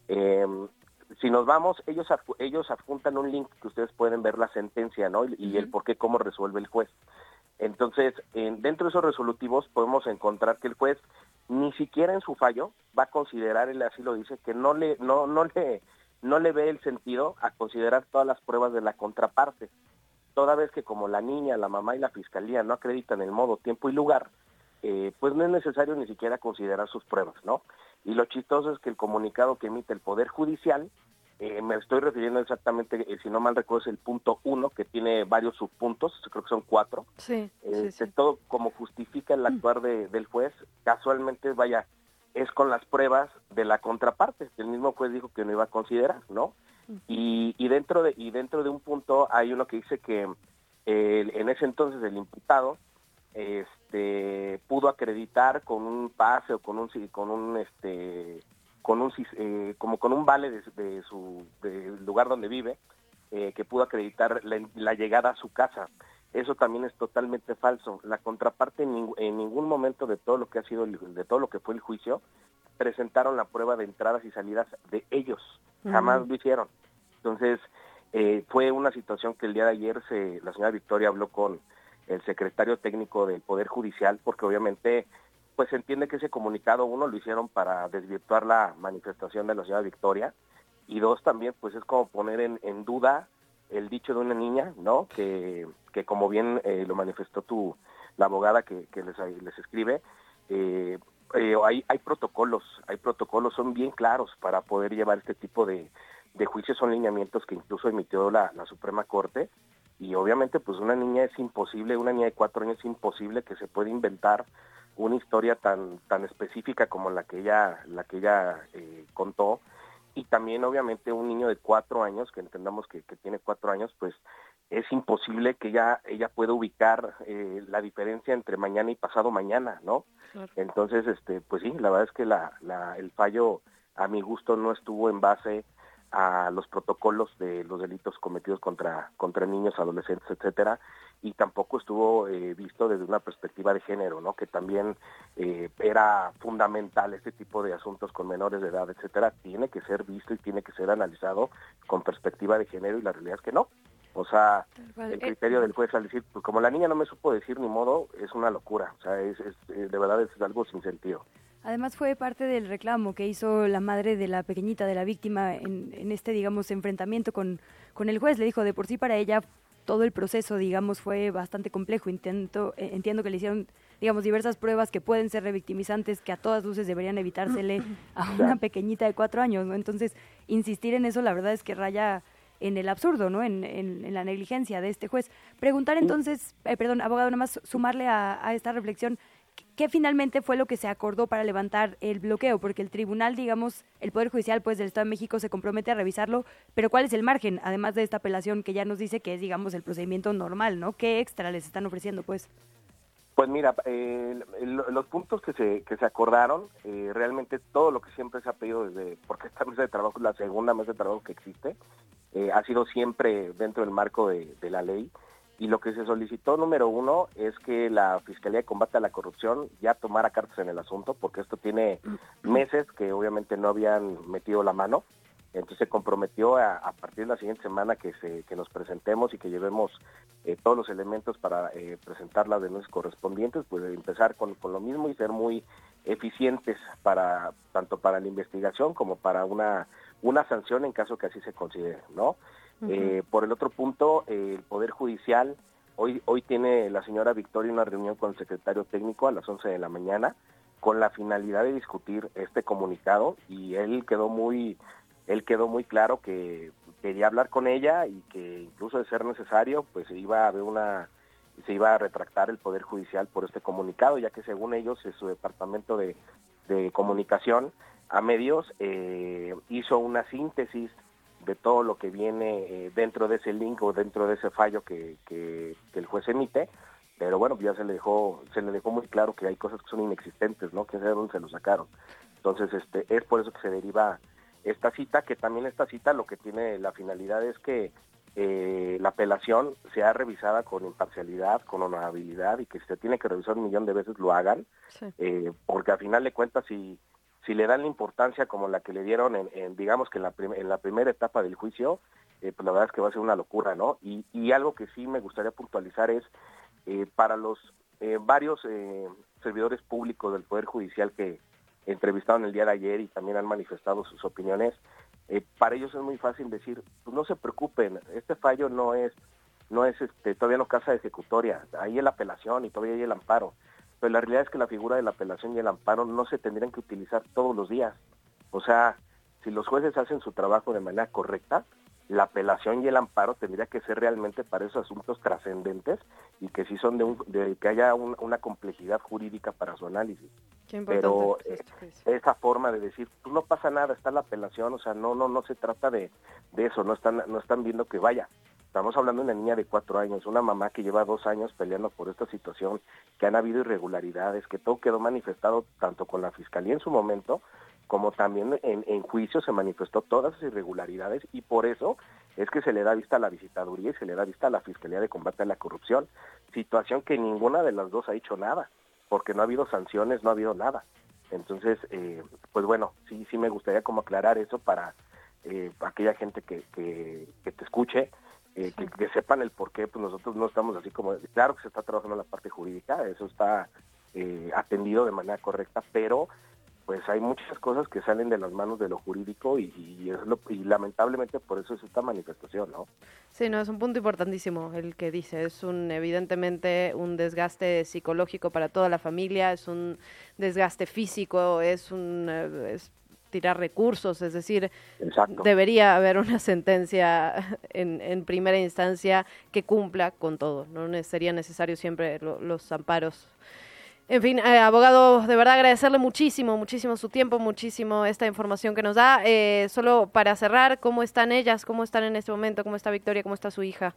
si nos vamos, ellos adjuntan un link que ustedes pueden ver la sentencia, ¿no? Y el por qué, cómo resuelve el juez. Entonces, dentro de esos resolutivos podemos encontrar que el juez ni siquiera en su fallo va a considerar, él así lo dice, que no le ve el sentido a considerar todas las pruebas de la contraparte, toda vez que como la niña, la mamá y la fiscalía no acreditan el modo, tiempo y lugar, pues no es necesario ni siquiera considerar sus pruebas, ¿no? Y lo chistoso es que el comunicado que emite el Poder Judicial, me estoy refiriendo exactamente, si no mal recuerdo, es el punto 1, que tiene varios subpuntos, creo que son 4. Sí, sí. Todo como justifica el actuar del juez, casualmente, es con las pruebas de la contraparte, que el mismo juez dijo que no iba a considerar, ¿no? Y dentro de un punto hay uno que dice que en ese entonces el imputado pudo acreditar con un pase o con un vale del lugar donde vive, que pudo acreditar la llegada a su casa. Eso también es totalmente falso. La contraparte en ningún momento de todo lo que de todo lo que fue el juicio presentaron la prueba de entradas y salidas de ellos. Jamás lo hicieron. Entonces, Fue una situación que el día de ayer la señora Victoria habló con el secretario técnico del Poder Judicial, porque obviamente pues se entiende que ese comunicado, uno, lo hicieron para desvirtuar la manifestación de la señora Victoria, y dos, también pues es como poner en duda el dicho de una niña, ¿no? Que como bien lo manifestó la abogada que les escribe, hay protocolos, son bien claros para poder llevar este tipo de juicios, son lineamientos que incluso emitió la Suprema Corte, y obviamente pues una niña de 4 años es imposible que se pueda inventar una historia tan específica como la que ella contó. Y también obviamente un niño de 4 años, que entendamos que tiene 4 años, pues es imposible que ella pueda ubicar la diferencia entre mañana y pasado mañana, ¿no? Claro. Entonces, pues sí, la verdad es que el fallo, a mi gusto, no estuvo en base a los protocolos de los delitos cometidos contra niños, adolescentes, etcétera, y tampoco estuvo visto desde una perspectiva de género, ¿no? Que también era fundamental este tipo de asuntos con menores de edad, etcétera, tiene que ser visto y tiene que ser analizado con perspectiva de género, y la realidad es que no. O sea, el criterio del juez al decir, pues como la niña no me supo decir ni modo, es una locura. O sea, de verdad es algo sin sentido. Además fue parte del reclamo que hizo la madre de la pequeñita, de la víctima, en este, digamos, enfrentamiento con el juez. Le dijo, de por sí para ella todo el proceso, digamos, fue bastante complejo. Entiendo que le hicieron, digamos, diversas pruebas que pueden ser revictimizantes, que a todas luces deberían evitársele a una pequeñita de 4 años, ¿no? Entonces, insistir en eso, la verdad es que raya en el absurdo, ¿no? En la negligencia de este juez. Preguntar entonces, abogado, nada más sumarle a esta reflexión, ¿qué finalmente fue lo que se acordó para levantar el bloqueo? Porque el tribunal, digamos, el Poder Judicial pues del Estado de México se compromete a revisarlo, pero ¿cuál es el margen? Además de esta apelación que ya nos dice que es, digamos, el procedimiento normal, ¿no? ¿Qué extra les están ofreciendo, pues? Pues mira, los puntos que se acordaron, realmente todo lo que siempre se ha pedido porque esta mesa de trabajo es la segunda mesa de trabajo que existe, ha sido siempre dentro del marco de la ley. Y lo que se solicitó, número uno, es que la Fiscalía de Combate a la Corrupción ya tomara cartas en el asunto, porque esto tiene meses que obviamente no habían metido la mano. Entonces se comprometió a partir de la siguiente semana que nos presentemos y que llevemos todos los elementos para presentar las denuncias correspondientes, pues empezar con lo mismo y ser muy eficientes tanto para la investigación como para una sanción en caso que así se considere, ¿no? Uh-huh. Por el otro punto, el Poder Judicial, hoy tiene la señora Victoria una reunión con el secretario técnico a las 11 de la mañana con la finalidad de discutir este comunicado, y él quedó muy claro que quería hablar con ella y que incluso de ser necesario, pues se iba a retractar el Poder Judicial por este comunicado, ya que según ellos, su departamento de comunicación a medios hizo una síntesis de todo lo que viene dentro de ese link o dentro de ese fallo que el juez emite, pero bueno, ya se le dejó muy claro que hay cosas que son inexistentes, ¿no? Que sé de dónde se lo sacaron. Entonces, es por eso que se deriva esta cita, que también esta cita lo que tiene la finalidad es que la apelación sea revisada con imparcialidad, con honorabilidad, y que si se tiene que revisar 1,000,000 de veces lo hagan, sí. Porque al final de cuentas, si le dan la importancia como la que le dieron digamos que en la primera etapa del juicio, pues la verdad es que va a ser una locura, ¿no? Y algo que sí me gustaría puntualizar es para los varios servidores públicos del Poder Judicial que entrevistaron el día de ayer y también han manifestado sus opiniones, para ellos es muy fácil decir, pues no se preocupen, este fallo no es todavía no casa de ejecutoria, hay la apelación y todavía hay el amparo. Pero la realidad es que la figura de la apelación y el amparo no se tendrían que utilizar todos los días. O sea, si los jueces hacen su trabajo de manera correcta, la apelación y el amparo tendría que ser realmente para esos asuntos trascendentes y que sí son de que haya una complejidad jurídica para su análisis. Pero esa forma de decir, pues no pasa nada, está la apelación, o sea, no se trata de eso, no están viendo que vaya. Estamos hablando de una niña de 4 años, una mamá que lleva 2 años peleando por esta situación, que han habido irregularidades, que todo quedó manifestado tanto con la Fiscalía en su momento, como también en juicio se manifestó todas esas irregularidades, y por eso es que se le da vista a la visitaduría y se le da vista a la Fiscalía de Combate a la Corrupción, situación que ninguna de las dos ha hecho nada, porque no ha habido sanciones, no ha habido nada. Entonces, pues bueno, sí me gustaría como aclarar eso para aquella gente que te escuche, que sepan el por qué, pues nosotros no estamos así como, claro que se está trabajando en la parte jurídica, eso está atendido de manera correcta, pero pues hay muchas cosas que salen de las manos de lo jurídico y lamentablemente por eso es esta manifestación, ¿no? Sí, no, es un punto importantísimo el que dice, es evidentemente un desgaste psicológico para toda la familia, es un desgaste físico, es tirar recursos, es decir, exacto, debería haber una sentencia en primera instancia que cumpla con todo, no sería necesario siempre los amparos. En fin, abogado, de verdad agradecerle muchísimo su tiempo, muchísimo esta información que nos da. Solo para cerrar, ¿cómo están ellas? ¿Cómo están en este momento? ¿Cómo está Victoria? ¿Cómo está su hija?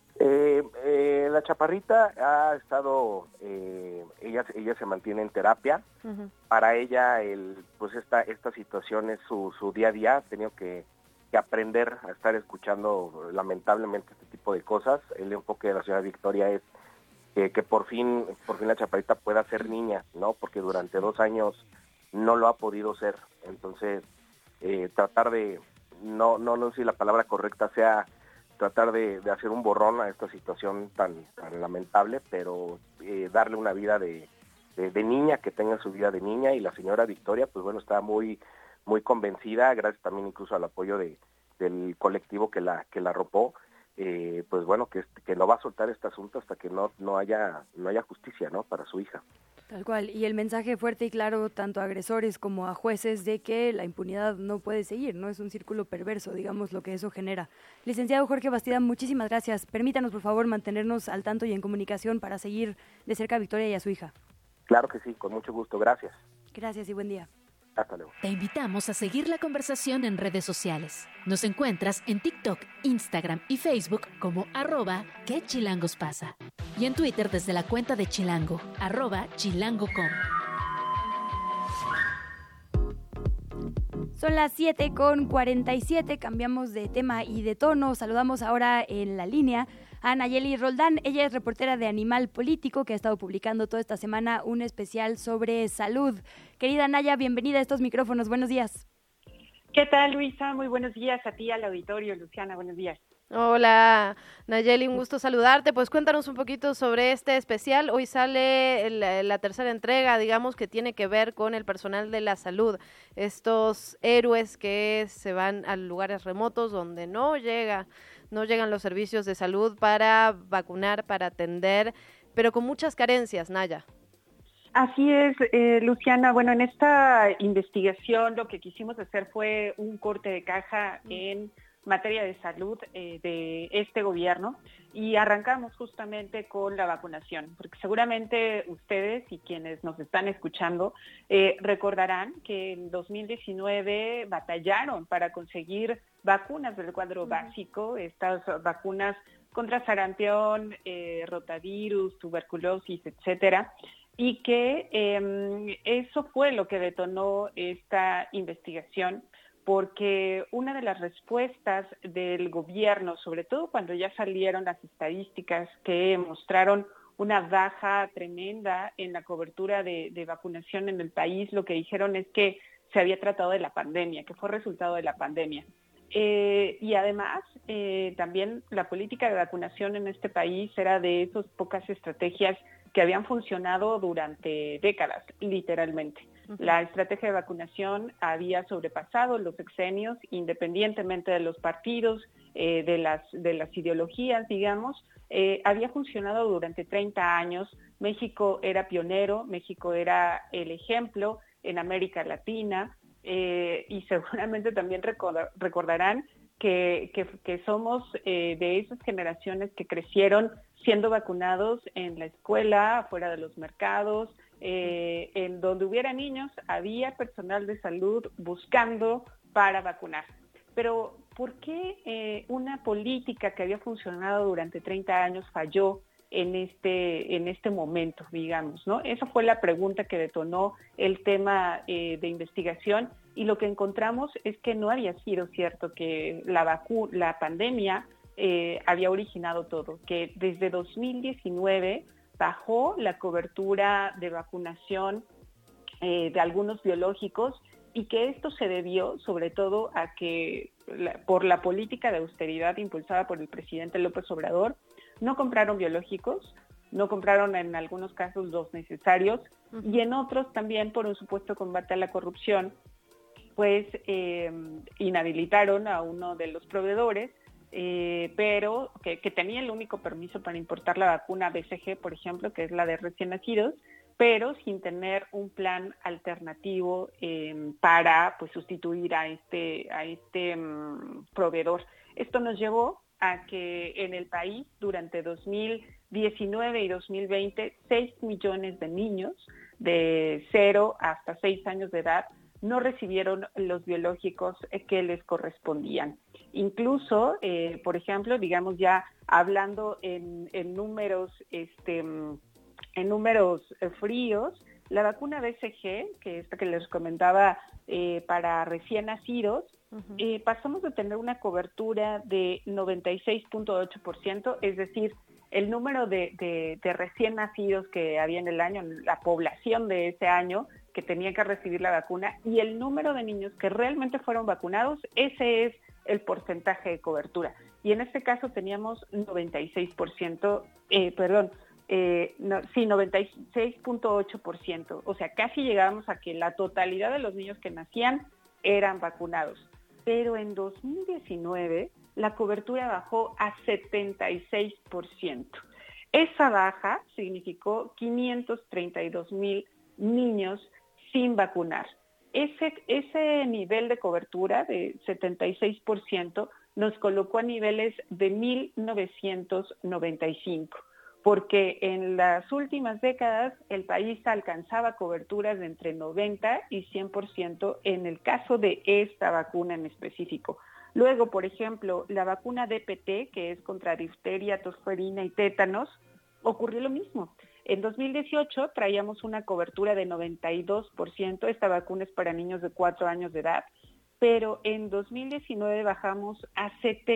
La chaparrita ha estado, ella se mantiene en terapia. Uh-huh. Para ella, pues esta situación es su día a día. Ha tenido que aprender a estar escuchando lamentablemente este tipo de cosas. El enfoque de la señora Victoria es que por fin la chaparrita pueda ser niña, ¿no? Porque durante 2 años no lo ha podido ser. Entonces, tratar de, no sé si la palabra correcta sea tratar de hacer un borrón a esta situación tan lamentable, pero darle una vida de niña, que tenga su vida de niña. Y la señora Victoria, pues bueno, está muy convencida, gracias también incluso al apoyo del colectivo que la arropó. Pues bueno, que no va a soltar este asunto hasta que no haya justicia, ¿no?, para su hija. Tal cual, y el mensaje fuerte y claro tanto a agresores como a jueces de que la impunidad no puede seguir, no es un círculo perverso, digamos, lo que eso genera. Licenciado Jorge Bastida, muchísimas gracias. Permítanos, por favor, mantenernos al tanto y en comunicación para seguir de cerca a Victoria y a su hija. Claro que sí, con mucho gusto. Gracias. Gracias y buen día. Hasta luego. Te invitamos a seguir la conversación en redes sociales. Nos encuentras en TikTok, Instagram y Facebook como @¿Qué chilangos pasa? Y en Twitter desde la cuenta de Chilango, @chilango.com. Son las 7:47, cambiamos de tema y de tono. Saludamos ahora en la línea a Nayeli Roldán. Ella es reportera de Animal Político, que ha estado publicando toda esta semana un especial sobre salud. Querida Naya, bienvenida a estos micrófonos. Buenos días. ¿Qué tal, Luisa? Muy buenos días a ti, al auditorio. Luciana, buenos días. Hola, Nayeli, un gusto saludarte. Pues cuéntanos un poquito sobre este especial. Hoy sale la tercera entrega, digamos, que tiene que ver con el personal de la salud. Estos héroes que se van a lugares remotos donde no llegan los servicios de salud para vacunar, para atender, pero con muchas carencias, Naya. Así es, Luciana. Bueno, en esta investigación lo que quisimos hacer fue un corte de caja en materia de salud de este gobierno y arrancamos justamente con la vacunación, porque seguramente ustedes y quienes nos están escuchando recordarán que en 2019 batallaron para conseguir vacunas del cuadro básico, estas vacunas contra sarampión, rotavirus, tuberculosis, etcétera, y que eso fue lo que detonó esta investigación, porque una de las respuestas del gobierno, sobre todo cuando ya salieron las estadísticas que mostraron una baja tremenda en la cobertura de vacunación en el país, lo que dijeron es que se había tratado de la pandemia, que fue resultado de la pandemia. Y además, también la política de vacunación en este país era de esas pocas estrategias que habían funcionado durante décadas, literalmente. La estrategia de vacunación había sobrepasado los sexenios, independientemente de los partidos, de las ideologías, digamos. Había funcionado durante 30 años. México era pionero, México era el ejemplo en América Latina, y seguramente también recordarán que somos de esas generaciones que crecieron siendo vacunados en la escuela, afuera de los mercados, en donde hubiera niños, había personal de salud buscando para vacunar. Pero, ¿por qué una política que había funcionado durante 30 años falló en este momento, digamos, ¿no? Esa fue la pregunta que detonó el tema de investigación, y lo que encontramos es que no había sido cierto que la pandemia había originado todo, que desde 2019 bajó la cobertura de vacunación de algunos biológicos, y que esto se debió sobre todo a que por la política de austeridad impulsada por el presidente López Obrador, no compraron biológicos, no compraron en algunos casos los necesarios, y en otros también por un supuesto combate a la corrupción, pues inhabilitaron a uno de los proveedores, pero que tenía el único permiso para importar la vacuna BCG, por ejemplo, que es la de recién nacidos, pero sin tener un plan alternativo para pues sustituir a este proveedor. Esto nos llevó a que en el país durante 2019 y 2020 6 millones de niños de 0 hasta 6 años de edad no recibieron los biológicos que les correspondían. Incluso, por ejemplo, digamos ya hablando en números fríos, la vacuna BCG, que esta que les comentaba para recién nacidos, pasamos de tener una cobertura de 96.8%, es decir, el número de recién nacidos que había en el año, la población de ese año que tenía que recibir la vacuna, y el número de niños que realmente fueron vacunados, ese es el porcentaje de cobertura. Y en este caso teníamos 96.8%, o sea, casi llegábamos a que la totalidad de los niños que nacían eran vacunados. Pero en 2019 la cobertura bajó a 76%. Esa baja significó 532,000 niños sin vacunar. Ese nivel de cobertura de 76% nos colocó a niveles de 1995, porque en las últimas décadas el país alcanzaba coberturas de entre 90 y 100% en el caso de esta vacuna en específico. Luego, por ejemplo, la vacuna DPT, que es contra difteria, tosferina y tétanos, ocurrió lo mismo. En 2018 traíamos una cobertura de 92%, esta vacuna es para niños de 4 años de edad, pero en 2019 bajamos a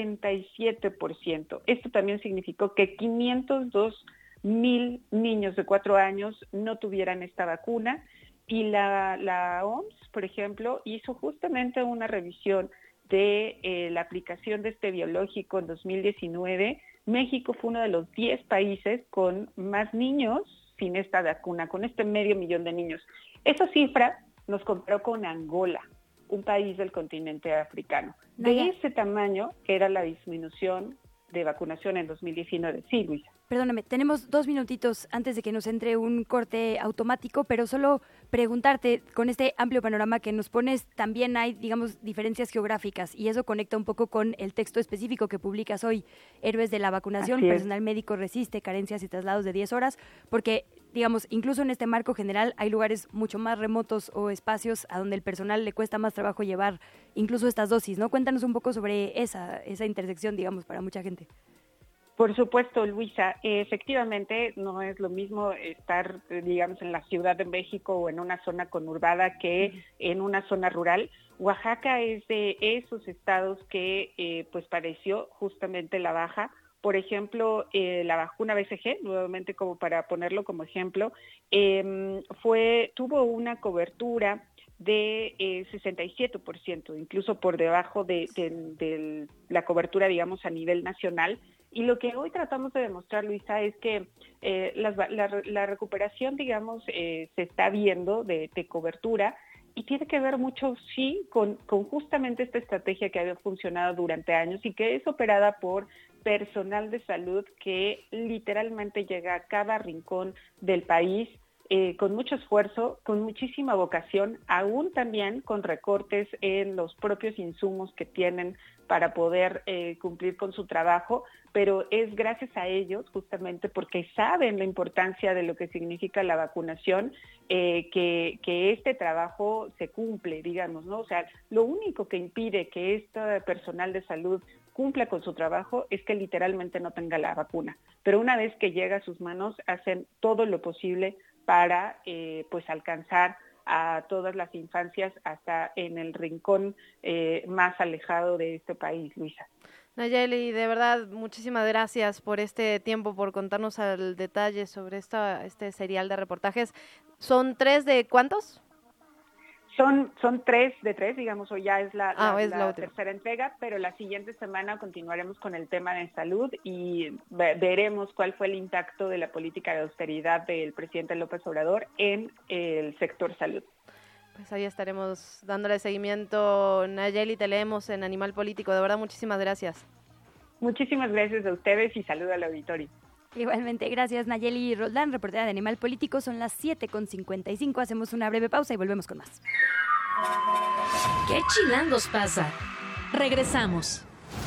77%. Esto también significó que 502,000 niños de 4 años no tuvieran esta vacuna, y la OMS, por ejemplo, hizo justamente una revisión de la aplicación de este biológico en 2019. México fue uno de los 10 países con más niños sin esta vacuna, con este 500,000 de niños. Esa cifra nos comparó con Angola, un país del continente africano. De ese tamaño era la disminución de vacunación en 2019. Sí, Luisa. Perdóname, tenemos 2 minutitos antes de que nos entre un corte automático, pero solo preguntarte, con este amplio panorama que nos pones, también hay, digamos, diferencias geográficas, y eso conecta un poco con el texto específico que publicas hoy, Héroes de la Vacunación, personal médico resiste carencias y traslados de 10 horas, porque, digamos, incluso en este marco general hay lugares mucho más remotos o espacios a donde el personal le cuesta más trabajo llevar incluso estas dosis, ¿no? Cuéntanos un poco sobre esa intersección, digamos, para mucha gente. Por supuesto, Luisa, efectivamente no es lo mismo estar, digamos, en la Ciudad de México o en una zona conurbada que en una zona rural. Oaxaca es de esos estados que pues padeció justamente la baja. Por ejemplo, la vacuna BCG, nuevamente como para ponerlo como ejemplo, tuvo una cobertura de 67%, incluso por debajo de la cobertura, digamos, a nivel nacional. Y lo que hoy tratamos de demostrar, Luisa, es que la recuperación, digamos, se está viendo de cobertura, y tiene que ver mucho, sí, con justamente esta estrategia que había funcionado durante años y que es operada por personal de salud que literalmente llega a cada rincón del país, con mucho esfuerzo, con muchísima vocación, aún también con recortes en los propios insumos que tienen para poder cumplir con su trabajo, pero es gracias a ellos, justamente porque saben la importancia de lo que significa la vacunación, que este trabajo se cumple, digamos, ¿no? O sea, lo único que impide que este personal de salud cumpla con su trabajo es que literalmente no tenga la vacuna, pero una vez que llega a sus manos hacen todo lo posible para pues alcanzar a todas las infancias hasta en el rincón más alejado de este país, Luisa. Nayeli, de verdad, muchísimas gracias por este tiempo, por contarnos al detalle sobre este serial de reportajes. ¿Son 3 de cuántos? Son 3 de 3, digamos, o ya es la tercera entrega, pero la siguiente semana continuaremos con el tema de salud y veremos cuál fue el impacto de la política de austeridad del presidente López Obrador en el sector salud. Pues ahí estaremos dándole seguimiento. Nayeli, te leemos en Animal Político. De verdad, muchísimas gracias. Muchísimas gracias a ustedes y saludo al auditorio. Igualmente, gracias Nayeli Roldán, reportera de Animal Político. Son las 7:55, hacemos una breve pausa y volvemos con más. ¿Qué chilangos pasa? Regresamos.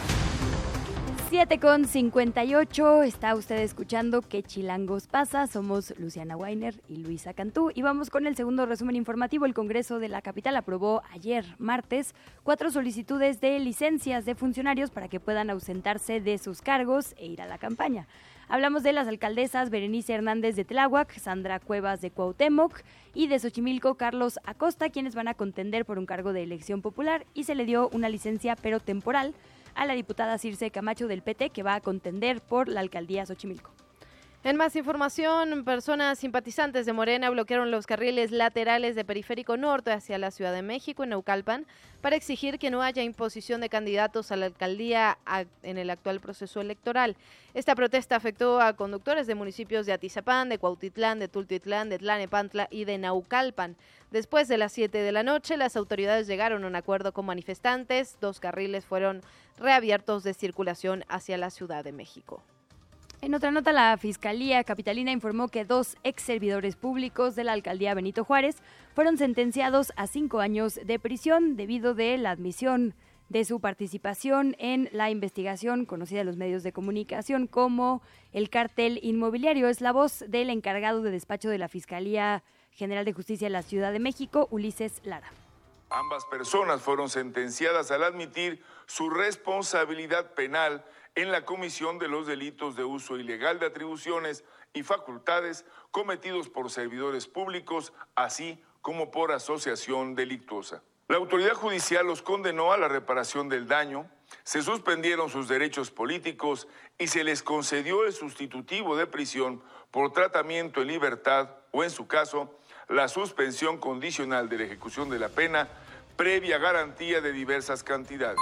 7:58, está usted escuchando ¿Qué chilangos pasa? Somos Luciana Weiner y Luisa Cantú y vamos con el segundo resumen informativo. El Congreso de la Capital aprobó ayer, martes, 4 solicitudes de licencias de funcionarios para que puedan ausentarse de sus cargos e ir a la campaña. Hablamos de las alcaldesas Berenice Hernández de Tláhuac, Sandra Cuevas de Cuauhtémoc y de Xochimilco Carlos Acosta, quienes van a contender por un cargo de elección popular, y se le dio una licencia pero temporal a la diputada Circe Camacho del PT, que va a contender por la alcaldía Xochimilco. En más información, personas simpatizantes de Morena bloquearon los carriles laterales de Periférico Norte hacia la Ciudad de México en Naucalpan para exigir que no haya imposición de candidatos a la alcaldía en el actual proceso electoral. Esta protesta afectó a conductores de municipios de Atizapán, de Cuautitlán, de Tultitlán, de Tlanepantla y de Naucalpan. Después de las 7 de la noche, las autoridades llegaron a un acuerdo con manifestantes. 2 carriles fueron reabiertos de circulación hacia la Ciudad de México. En otra nota, la Fiscalía Capitalina informó que 2 ex servidores públicos de la alcaldía Benito Juárez fueron sentenciados a 5 años de prisión debido de la admisión de su participación en la investigación conocida en los medios de comunicación como el cártel inmobiliario. Es la voz del encargado de despacho de la Fiscalía General de Justicia de la Ciudad de México, Ulises Lara. Ambas personas fueron sentenciadas al admitir su responsabilidad penal en la comisión de los delitos de uso ilegal de atribuciones y facultades cometidos por servidores públicos, así como por asociación delictuosa. La autoridad judicial los condenó a la reparación del daño, se suspendieron sus derechos políticos y se les concedió el sustitutivo de prisión por tratamiento en libertad o, en su caso, la suspensión condicional de la ejecución de la pena previa garantía de diversas cantidades.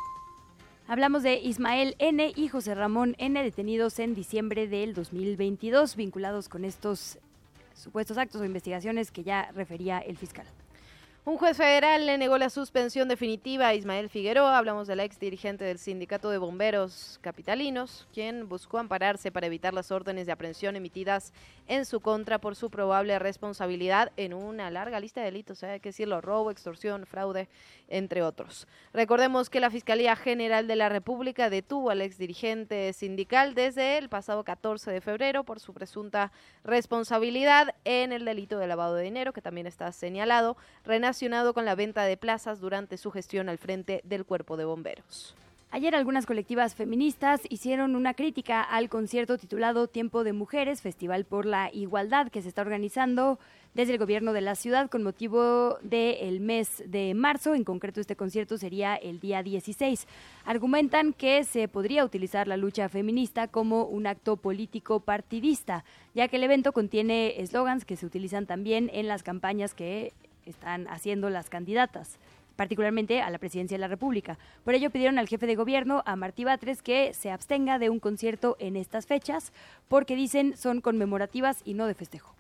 Hablamos de Ismael N. y José Ramón N., detenidos en diciembre del 2022, vinculados con estos supuestos actos o investigaciones que ya refería el fiscal. Un juez federal le negó la suspensión definitiva a Ismael Figueroa. Hablamos del ex dirigente del Sindicato de Bomberos Capitalinos, quien buscó ampararse para evitar las órdenes de aprehensión emitidas en su contra por su probable responsabilidad en una larga lista de delitos, hay que decirlo, robo, extorsión, fraude, entre otros. Recordemos que la Fiscalía General de la República detuvo al ex dirigente sindical desde el pasado 14 de febrero por su presunta responsabilidad en el delito de lavado de dinero, que también está señalado, relacionado con la venta de plazas durante su gestión al frente del Cuerpo de Bomberos. Ayer algunas colectivas feministas hicieron una crítica al concierto titulado Tiempo de Mujeres, Festival por la Igualdad, que se está organizando desde el gobierno de la ciudad con motivo del mes de marzo. En concreto, este concierto sería el día 16. Argumentan que se podría utilizar la lucha feminista como un acto político partidista, ya que el evento contiene eslogans que se utilizan también en las campañas que están haciendo las candidatas, particularmente a la presidencia de la República. Por ello pidieron al jefe de gobierno, a Martí Batres, que se abstenga de un concierto en estas fechas, porque dicen son conmemorativas y no de festejo.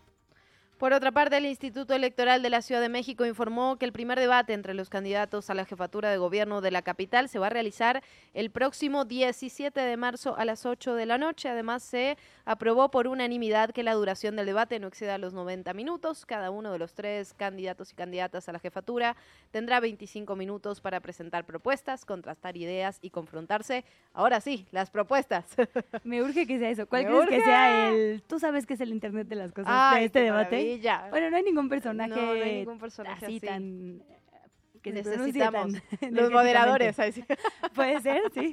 Por otra parte, el Instituto Electoral de la Ciudad de México informó que el primer debate entre los candidatos a la jefatura de gobierno de la capital se va a realizar el próximo 17 de marzo a las 8 de la noche. Además, se aprobó por unanimidad que la duración del debate no exceda los 90 minutos. Cada uno de los 3 candidatos y candidatas a la jefatura tendrá 25 minutos para presentar propuestas, contrastar ideas y confrontarse. Ahora sí, las propuestas. Me urge que sea eso. ¿Cuál crees que sea el...? ¿Tú sabes qué es el Internet de las cosas de este debate? Maravilla. Bueno, no hay ningún personaje, no hay ningún personaje así tan que necesitamos tan los moderadores. Puede ser, sí.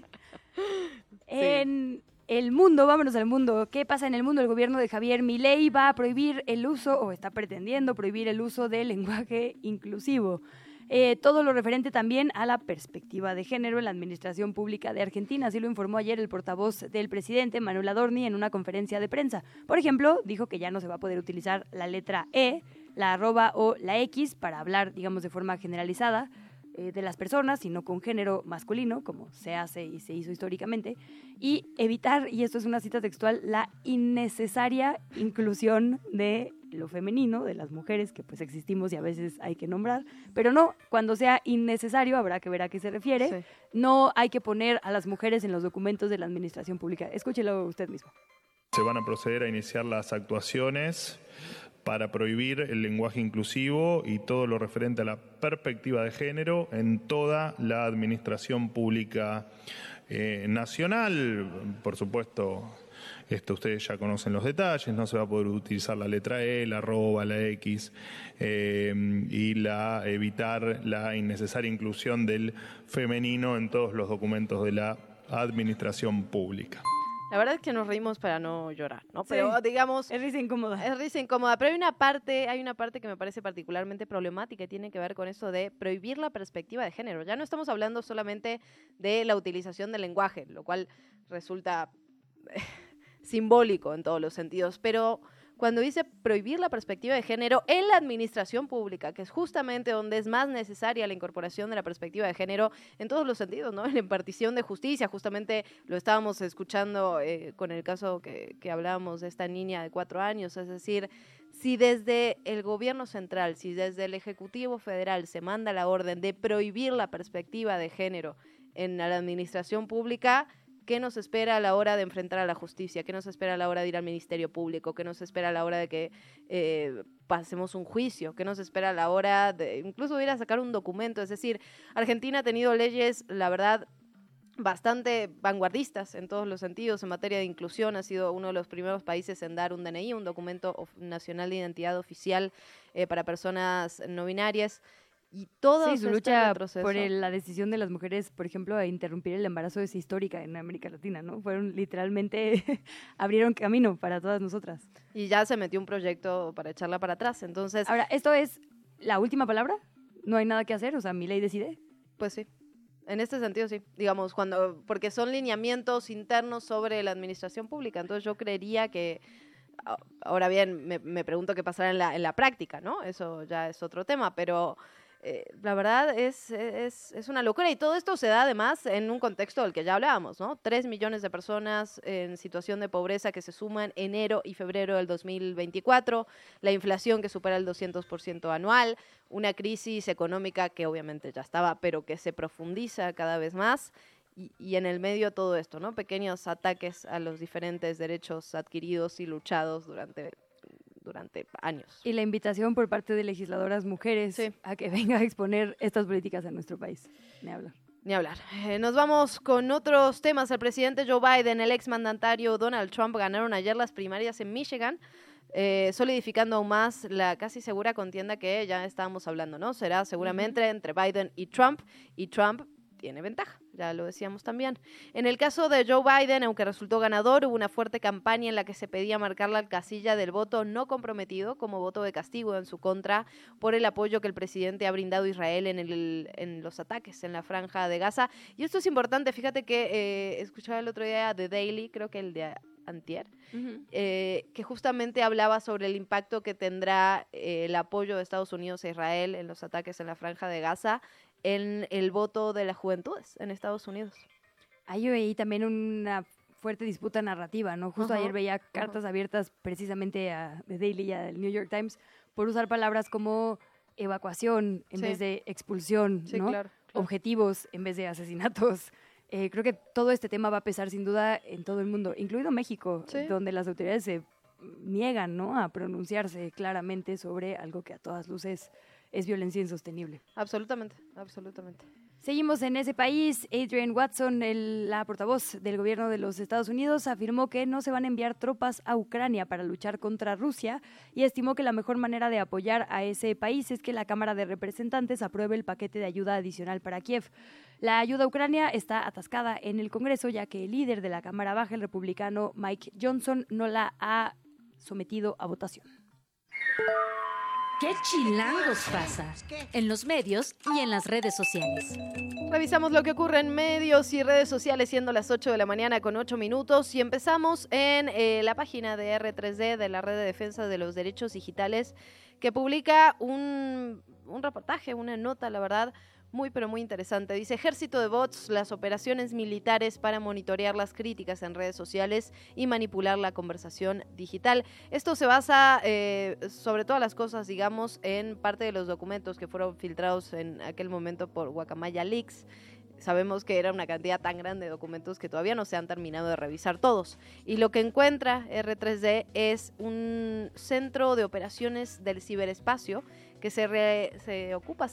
En el mundo, vámonos al mundo. ¿Qué pasa en el mundo? El gobierno de Javier Milei va a prohibir el uso, o está pretendiendo prohibir el uso del lenguaje inclusivo. Todo lo referente también a la perspectiva de género en la administración pública de Argentina. Así lo informó ayer el portavoz del presidente, Manuel Adorni, en una conferencia de prensa. Por ejemplo, dijo que ya no se va a poder utilizar la letra E la arroba o la X para hablar, digamos, de forma generalizada de las personas, sino con género masculino, como se hace y se hizo históricamente, y evitar, y esto es una cita textual, la innecesaria inclusión de lo femenino, de las mujeres, que pues existimos y a veces hay que nombrar, pero no, cuando sea innecesario, habrá que ver a qué se refiere, sí. No hay que poner a las mujeres en los documentos de la administración pública. Escúchelo usted mismo. Se van a proceder a iniciar las actuaciones para prohibir el lenguaje inclusivo y todo lo referente a la perspectiva de género en toda la administración pública nacional. Por supuesto, esto ustedes ya conocen los detalles, no se va a poder utilizar la letra E, la arroba, la X y evitar la innecesaria inclusión del femenino en todos los documentos de la administración pública. La verdad es que nos reímos para no llorar, ¿no? Sí, pero digamos... Es risa incómoda. Es risa incómoda, pero hay una parte que me parece particularmente problemática y tiene que ver con eso de prohibir la perspectiva de género. Ya no estamos hablando solamente de la utilización del lenguaje, lo cual resulta simbólico en todos los sentidos, pero cuando dice prohibir la perspectiva de género en la administración pública, que es justamente donde es más necesaria la incorporación de la perspectiva de género en todos los sentidos, ¿no? En la impartición de justicia, justamente lo estábamos escuchando con el caso que hablábamos de esta niña de 4 años, es decir, si desde el gobierno central, si desde el Ejecutivo Federal se manda la orden de prohibir la perspectiva de género en la administración pública, ¿qué nos espera a la hora de enfrentar a la justicia? ¿Qué nos espera a la hora de ir al Ministerio Público? ¿Qué nos espera a la hora de que pasemos un juicio? ¿Qué nos espera a la hora de incluso ir a sacar un documento? Es decir, Argentina ha tenido leyes, la verdad, bastante vanguardistas en todos los sentidos en materia de inclusión. Ha sido uno de los primeros países en dar un DNI, un documento nacional de identidad oficial para personas no binarias. Y todo su lucha por la decisión de las mujeres, por ejemplo, a interrumpir el embarazo es histórica en América Latina, ¿no? Fueron literalmente, abrieron camino para todas nosotras. Y ya se metió un proyecto para echarla para atrás, entonces... Ahora, ¿esto es la última palabra? ¿No hay nada que hacer? O sea, ¿mi ley decide? Pues sí. En este sentido, sí. Digamos, porque son lineamientos internos sobre la administración pública, entonces yo creería que... Ahora bien, me pregunto qué pasará en la práctica, ¿no? Eso ya es otro tema, pero... la verdad es una locura y todo esto se da además en un contexto del que ya hablábamos, ¿no? 3 millones de personas en situación de pobreza que se suman enero y febrero del 2024, la inflación que supera el 200% anual, una crisis económica que obviamente ya estaba, pero que se profundiza cada vez más y en el medio todo esto, ¿no? Pequeños ataques a los diferentes derechos adquiridos y luchados durante años. Y la invitación por parte de legisladoras mujeres a que venga a exponer estas políticas en nuestro país. Ni hablar. Nos vamos con otros temas. El presidente Joe Biden, el exmandatario Donald Trump ganaron ayer las primarias en Michigan, solidificando aún más la casi segura contienda que ya estábamos hablando, ¿no? Será seguramente entre Biden y Trump tiene ventaja, ya lo decíamos también. En el caso de Joe Biden, aunque resultó ganador, hubo una fuerte campaña en la que se pedía marcar la casilla del voto no comprometido como voto de castigo en su contra por el apoyo que el presidente ha brindado a Israel en los ataques en la Franja de Gaza. Y esto es importante, fíjate que escuchaba el otro día The Daily, creo que el de antier, que justamente hablaba sobre el impacto que tendrá el apoyo de Estados Unidos a Israel en los ataques en la Franja de Gaza en el voto de las juventudes en Estados Unidos. Hay ahí también una fuerte disputa narrativa, ¿no? Justo ayer veía cartas abiertas precisamente a The Daily y al New York Times por usar palabras como evacuación en vez de expulsión, ¿no? Claro. Objetivos en vez de asesinatos. Creo que todo este tema va a pesar sin duda en todo el mundo, incluido México, donde las autoridades se niegan, ¿no?, a pronunciarse claramente sobre algo que a todas luces es violencia insostenible. Absolutamente, absolutamente. Seguimos en ese país. Adrienne Watson, la portavoz del gobierno de los Estados Unidos, afirmó que no se van a enviar tropas a Ucrania para luchar contra Rusia y estimó que la mejor manera de apoyar a ese país es que la Cámara de Representantes apruebe el paquete de ayuda adicional para Kiev. La ayuda a Ucrania está atascada en el Congreso, ya que el líder de la Cámara Baja, el republicano Mike Johnson, no la ha sometido a votación. ¿Qué chilangos pasa? En los medios y en las redes sociales. Revisamos lo que ocurre en medios y redes sociales siendo las 8 de la mañana con 8 minutos y empezamos en la página de R3D de la Red de Defensa de los Derechos Digitales que publica un reportaje, una nota, la verdad, muy pero muy interesante. Dice: Ejército de bots, las operaciones militares para monitorear las críticas en redes sociales y manipular la conversación digital. Esto se basa, sobre todas las cosas, digamos, en parte de los documentos que fueron filtrados en aquel momento por Guacamaya Leaks. Sabemos que era una cantidad tan grande de documentos que todavía no se han terminado de revisar todos. Y lo que encuentra R3D es un centro de operaciones del ciberespacio que se ocupa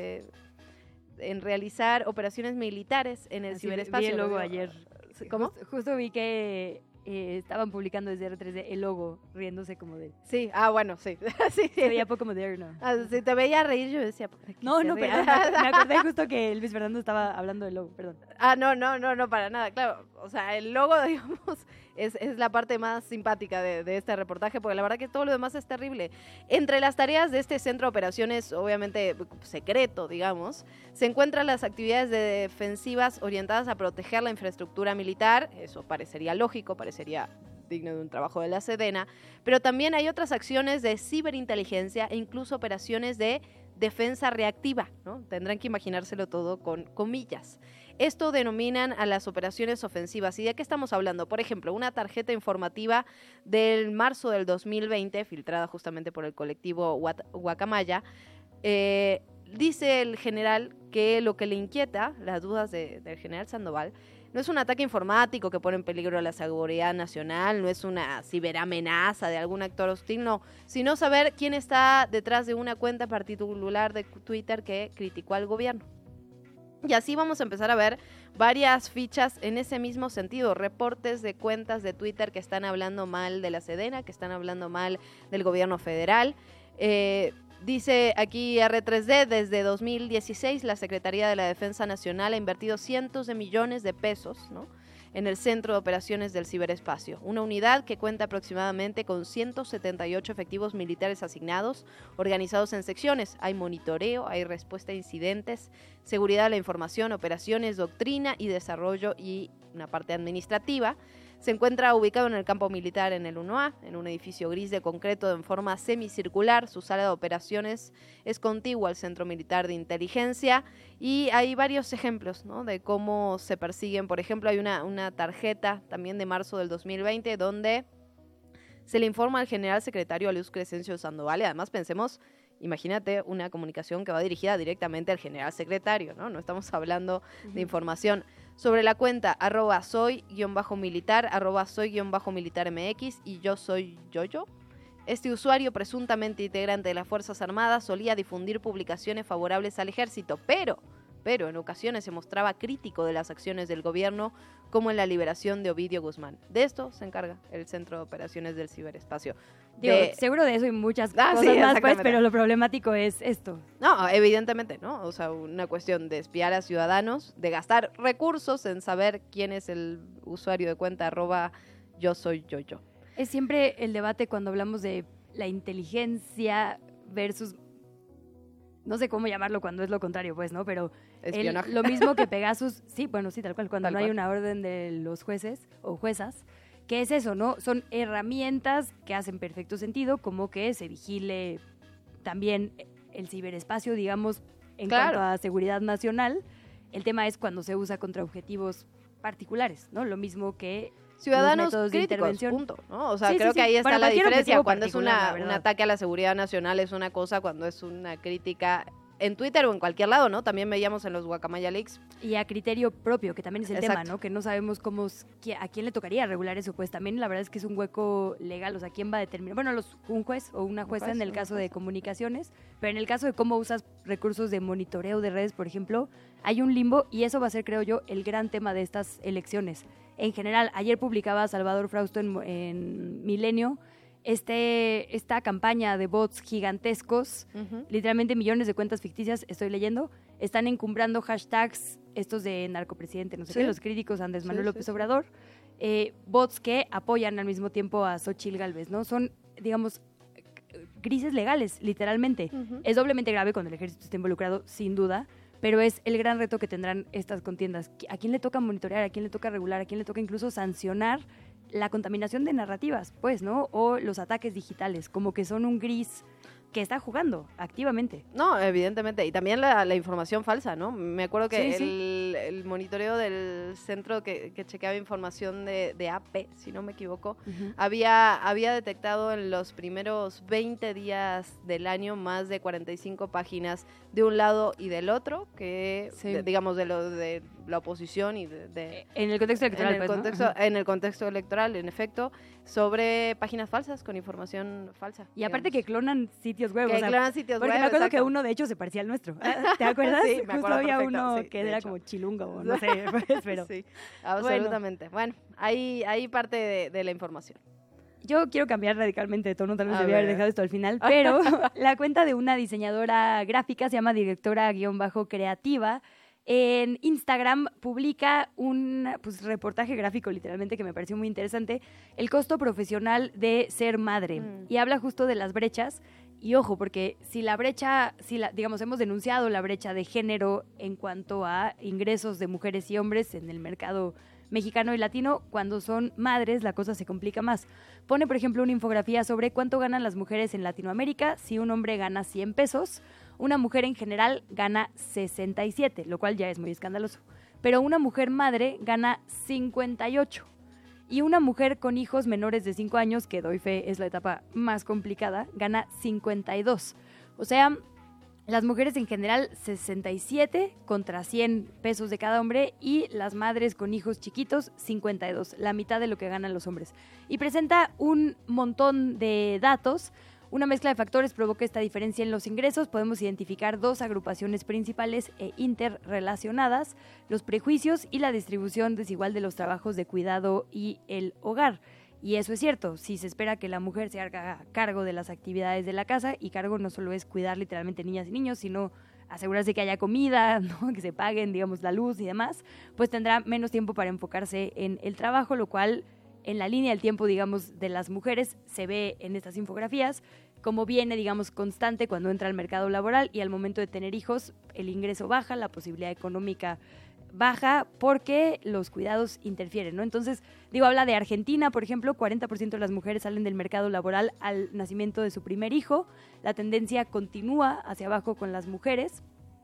en realizar operaciones militares en el ciberespacio. Vi el logo ayer. ¿Cómo? Justo vi que estaban publicando desde R3D el logo, riéndose como de... Sí, bueno, sí. Sí. Se veía poco moderno. Si te veía reír, yo decía... No, perdón, me acordé justo que Luis Fernando estaba hablando del logo, perdón. No, para nada, claro. O sea, el logo, digamos, es la parte más simpática de este reportaje, porque la verdad que todo lo demás es terrible. Entre las tareas de este centro de operaciones, obviamente secreto, digamos, se encuentran las actividades defensivas orientadas a proteger la infraestructura militar. Eso parecería lógico, parecería digno de un trabajo de la Sedena, pero también hay otras acciones de ciberinteligencia e incluso operaciones de defensa reactiva, ¿no? Tendrán que imaginárselo todo con comillas. Esto denominan a las operaciones ofensivas. ¿Y de qué estamos hablando? Por ejemplo, una tarjeta informativa del marzo del 2020, filtrada justamente por el colectivo Guacamaya, dice el general que lo que le inquieta, las dudas del general Sandoval, no es un ataque informático que pone en peligro a la seguridad nacional, no es una ciberamenaza de algún actor hostil, no, sino saber quién está detrás de una cuenta particular de Twitter que criticó al gobierno. Y así vamos a empezar a ver varias fichas en ese mismo sentido, reportes de cuentas de Twitter que están hablando mal de la Sedena, que están hablando mal del gobierno federal. Dice aquí R3D, desde 2016 la Secretaría de la Defensa Nacional ha invertido cientos de millones de pesos, ¿no?, en el Centro de Operaciones del Ciberespacio, una unidad que cuenta aproximadamente con 178 efectivos militares asignados, organizados en secciones. Hay monitoreo, hay respuesta a incidentes, seguridad de la información, operaciones, doctrina y desarrollo y una parte administrativa. Se encuentra ubicado en el campo militar en el 1A, en un edificio gris de concreto en forma semicircular. Su sala de operaciones es contigua al Centro Militar de Inteligencia y hay varios ejemplos, ¿no?, de cómo se persiguen. Por ejemplo, hay una tarjeta también de marzo del 2020 donde se le informa al general secretario Luis Crescencio Sandoval. Y además pensemos, imagínate una comunicación que va dirigida directamente al general secretario, ¿no? No estamos hablando de información sobre la cuenta @soy_militar, @soy_militarmx y yo soy Yoyo. Este usuario, presuntamente integrante de las Fuerzas Armadas, solía difundir publicaciones favorables al ejército, pero en ocasiones se mostraba crítico de las acciones del gobierno, como en la liberación de Ovidio Guzmán. De esto se encarga el Centro de Operaciones del Ciberespacio. Seguro de eso y muchas cosas más, pues, pero lo problemático es esto. No, evidentemente, ¿no? O sea, una cuestión de espiar a ciudadanos, de gastar recursos en saber quién es el usuario de cuenta @yo soy Yoyo. Es siempre el debate cuando hablamos de la inteligencia versus... No sé cómo llamarlo cuando es lo contrario, pues, ¿no? Pero lo mismo que Pegasus, sí, bueno, sí, tal cual, cuando no hay una orden de los jueces o juezas, que es eso, ¿no? Son herramientas que hacen perfecto sentido, como que se vigile también el ciberespacio, digamos, en cuanto a seguridad nacional. El tema es cuando se usa contra objetivos particulares, ¿no? Lo mismo que ciudadanos métodos de críticos, intervención. punto, ¿no? O sea, creo que ahí está la diferencia. Cuando es un ataque a la seguridad nacional es una cosa, cuando es una crítica en Twitter o en cualquier lado, ¿no? También veíamos en los Guacamaya Leaks. Y a criterio propio, que también es el tema, ¿no? Que no sabemos a quién le tocaría regular eso, pues también la verdad es que es un hueco legal, o sea, ¿quién va a determinar? Bueno, un juez o una jueza en el caso de comunicaciones, pero en el caso de cómo usas recursos de monitoreo de redes, por ejemplo, hay un limbo y eso va a ser, creo yo, el gran tema de estas elecciones. En general, ayer publicaba Salvador Frausto en Milenio esta campaña de bots gigantescos, literalmente millones de cuentas ficticias, estoy leyendo, están encumbrando hashtags, estos de narcopresidente, no sé qué, los críticos a Andrés Manuel López Obrador, bots que apoyan al mismo tiempo a Xóchitl Gálvez, ¿no? Son, digamos, grises legales, literalmente. Es doblemente grave cuando el ejército está involucrado, sin duda, pero es el gran reto que tendrán estas contiendas. ¿A quién le toca monitorear? ¿A quién le toca regular? ¿A quién le toca incluso sancionar la contaminación de narrativas, pues, ¿no? O los ataques digitales, como que son un gris que está jugando activamente. No, evidentemente. Y también la información falsa, ¿no? Me acuerdo que Sí, el monitoreo del centro que chequeaba información de AP, si no me equivoco, había detectado en los primeros 20 días del año más de 45 páginas de un lado y del otro, que digamos de la oposición y en el contexto electoral. En el contexto electoral, en efecto, sobre páginas falsas con información falsa. Y aparte que clonan sitios web. Que clonan sitios porque web, me acuerdo exacto. que uno de hecho se parecía al nuestro. ¿Te acuerdas? Sí, me acuerdo. Justo había perfecto, uno sí, que de era hecho. como chilunga o no sé, pues, pero... Sí, absolutamente. Bueno, ahí parte de la información. Yo quiero cambiar radicalmente de tono, tal vez A debía haber ver. dejado esto al final, pero la cuenta de una diseñadora gráfica se llama directora-creativa. En Instagram publica un reportaje gráfico literalmente que me pareció muy interesante, el costo profesional de ser madre. Y habla justo de las brechas. Y ojo, porque digamos, hemos denunciado la brecha de género en cuanto a ingresos de mujeres y hombres en el mercado mexicano y latino, cuando son madres la cosa se complica más. Pone, por ejemplo, una infografía sobre cuánto ganan las mujeres en Latinoamérica. Si un hombre gana 100 pesos, una mujer en general gana 67, lo cual ya es muy escandaloso. Pero una mujer madre gana 58. Y una mujer con hijos menores de 5 años, que doy fe es la etapa más complicada, gana 52. O sea, las mujeres en general 67 contra 100 pesos de cada hombre y las madres con hijos chiquitos 52, la mitad de lo que ganan los hombres. Y presenta un montón de datos. Una mezcla de factores provoca esta diferencia en los ingresos. Podemos identificar 2 agrupaciones principales e interrelacionadas: los prejuicios y la distribución desigual de los trabajos de cuidado y el hogar. Y eso es cierto, si se espera que la mujer se haga cargo de las actividades de la casa, y cargo no solo es cuidar literalmente niñas y niños, sino asegurarse que haya comida, ¿no? Que se paguen, digamos, la luz y demás, pues tendrá menos tiempo para enfocarse en el trabajo, lo cual en la línea del tiempo, digamos, de las mujeres se ve en estas infografías como viene, digamos, constante cuando entra al mercado laboral, y al momento de tener hijos el ingreso baja, la posibilidad económica baja porque los cuidados interfieren, ¿no? Entonces, habla de Argentina, por ejemplo, 40% de las mujeres salen del mercado laboral al nacimiento de su primer hijo. La tendencia continúa hacia abajo con las mujeres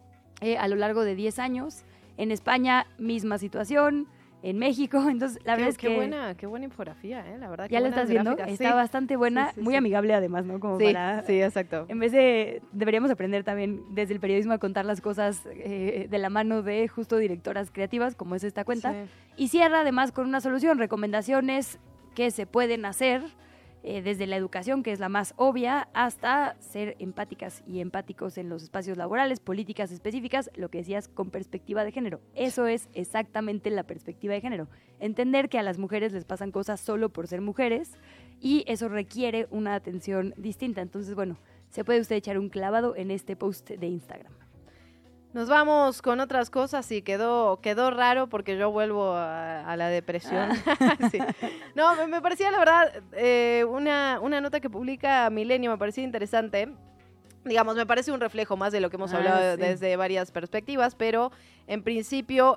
a lo largo de 10 años. En España, misma situación. En México, entonces la verdad es que... Qué buena infografía, la verdad. ¿Ya la estás viendo? Está bastante buena, muy amigable además, ¿no? Como para... Sí, exacto. En vez deberíamos aprender también desde el periodismo a contar las cosas de la mano de justo directoras creativas, como es esta cuenta. Sí. Y cierra además con una solución, recomendaciones que se pueden hacer desde la educación, que es la más obvia, hasta ser empáticas y empáticos en los espacios laborales, políticas específicas, lo que decías, con perspectiva de género. Eso es exactamente la perspectiva de género. Entender que a las mujeres les pasan cosas solo por ser mujeres, y eso requiere una atención distinta. Entonces, bueno, se puede usted echar un clavado en este post de Instagram. Nos vamos con otras cosas y quedó raro porque yo vuelvo a la depresión. Sí. No, me parecía la verdad una nota que publica Milenio, me parecía interesante. Digamos, me parece un reflejo más de lo que hemos hablado desde varias perspectivas, pero en principio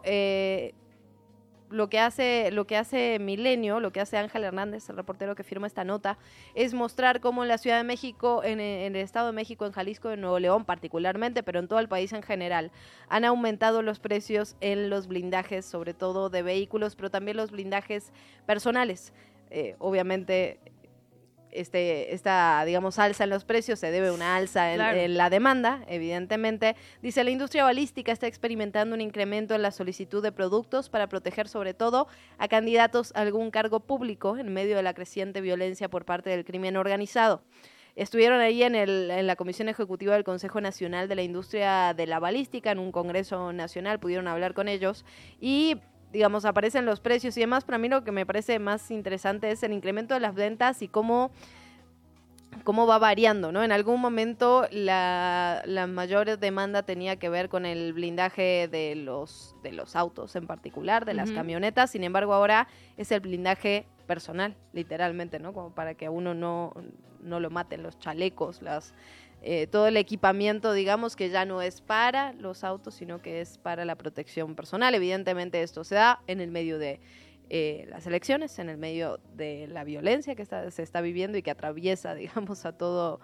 lo que hace Milenio, lo que hace Ángel Hernández, el reportero que firma esta nota, es mostrar cómo en la Ciudad de México, en el Estado de México, en Jalisco, en Nuevo León particularmente, pero en todo el país en general, han aumentado los precios en los blindajes, sobre todo de vehículos, pero también los blindajes personales. Obviamente, esta, digamos, alza en los precios se debe a una alza en la demanda, evidentemente. Dice, la industria balística está experimentando un incremento en la solicitud de productos para proteger sobre todo a candidatos a algún cargo público en medio de la creciente violencia por parte del crimen organizado. Estuvieron ahí en la Comisión Ejecutiva del Consejo Nacional de la Industria de la Balística, en un congreso nacional, pudieron hablar con ellos y... digamos, aparecen los precios y demás. Para mí lo que me parece más interesante es el incremento de las ventas y cómo va variando, ¿no? En algún momento la mayor demanda tenía que ver con el blindaje de los autos en particular, de las camionetas. Sin embargo, ahora es el blindaje personal, literalmente, ¿no? Como para que a uno no lo maten los chalecos, todo el equipamiento, digamos, que ya no es para los autos, sino que es para la protección personal. Evidentemente esto se da en el medio de las elecciones, en el medio de la violencia que se está viviendo y que atraviesa, digamos, a todos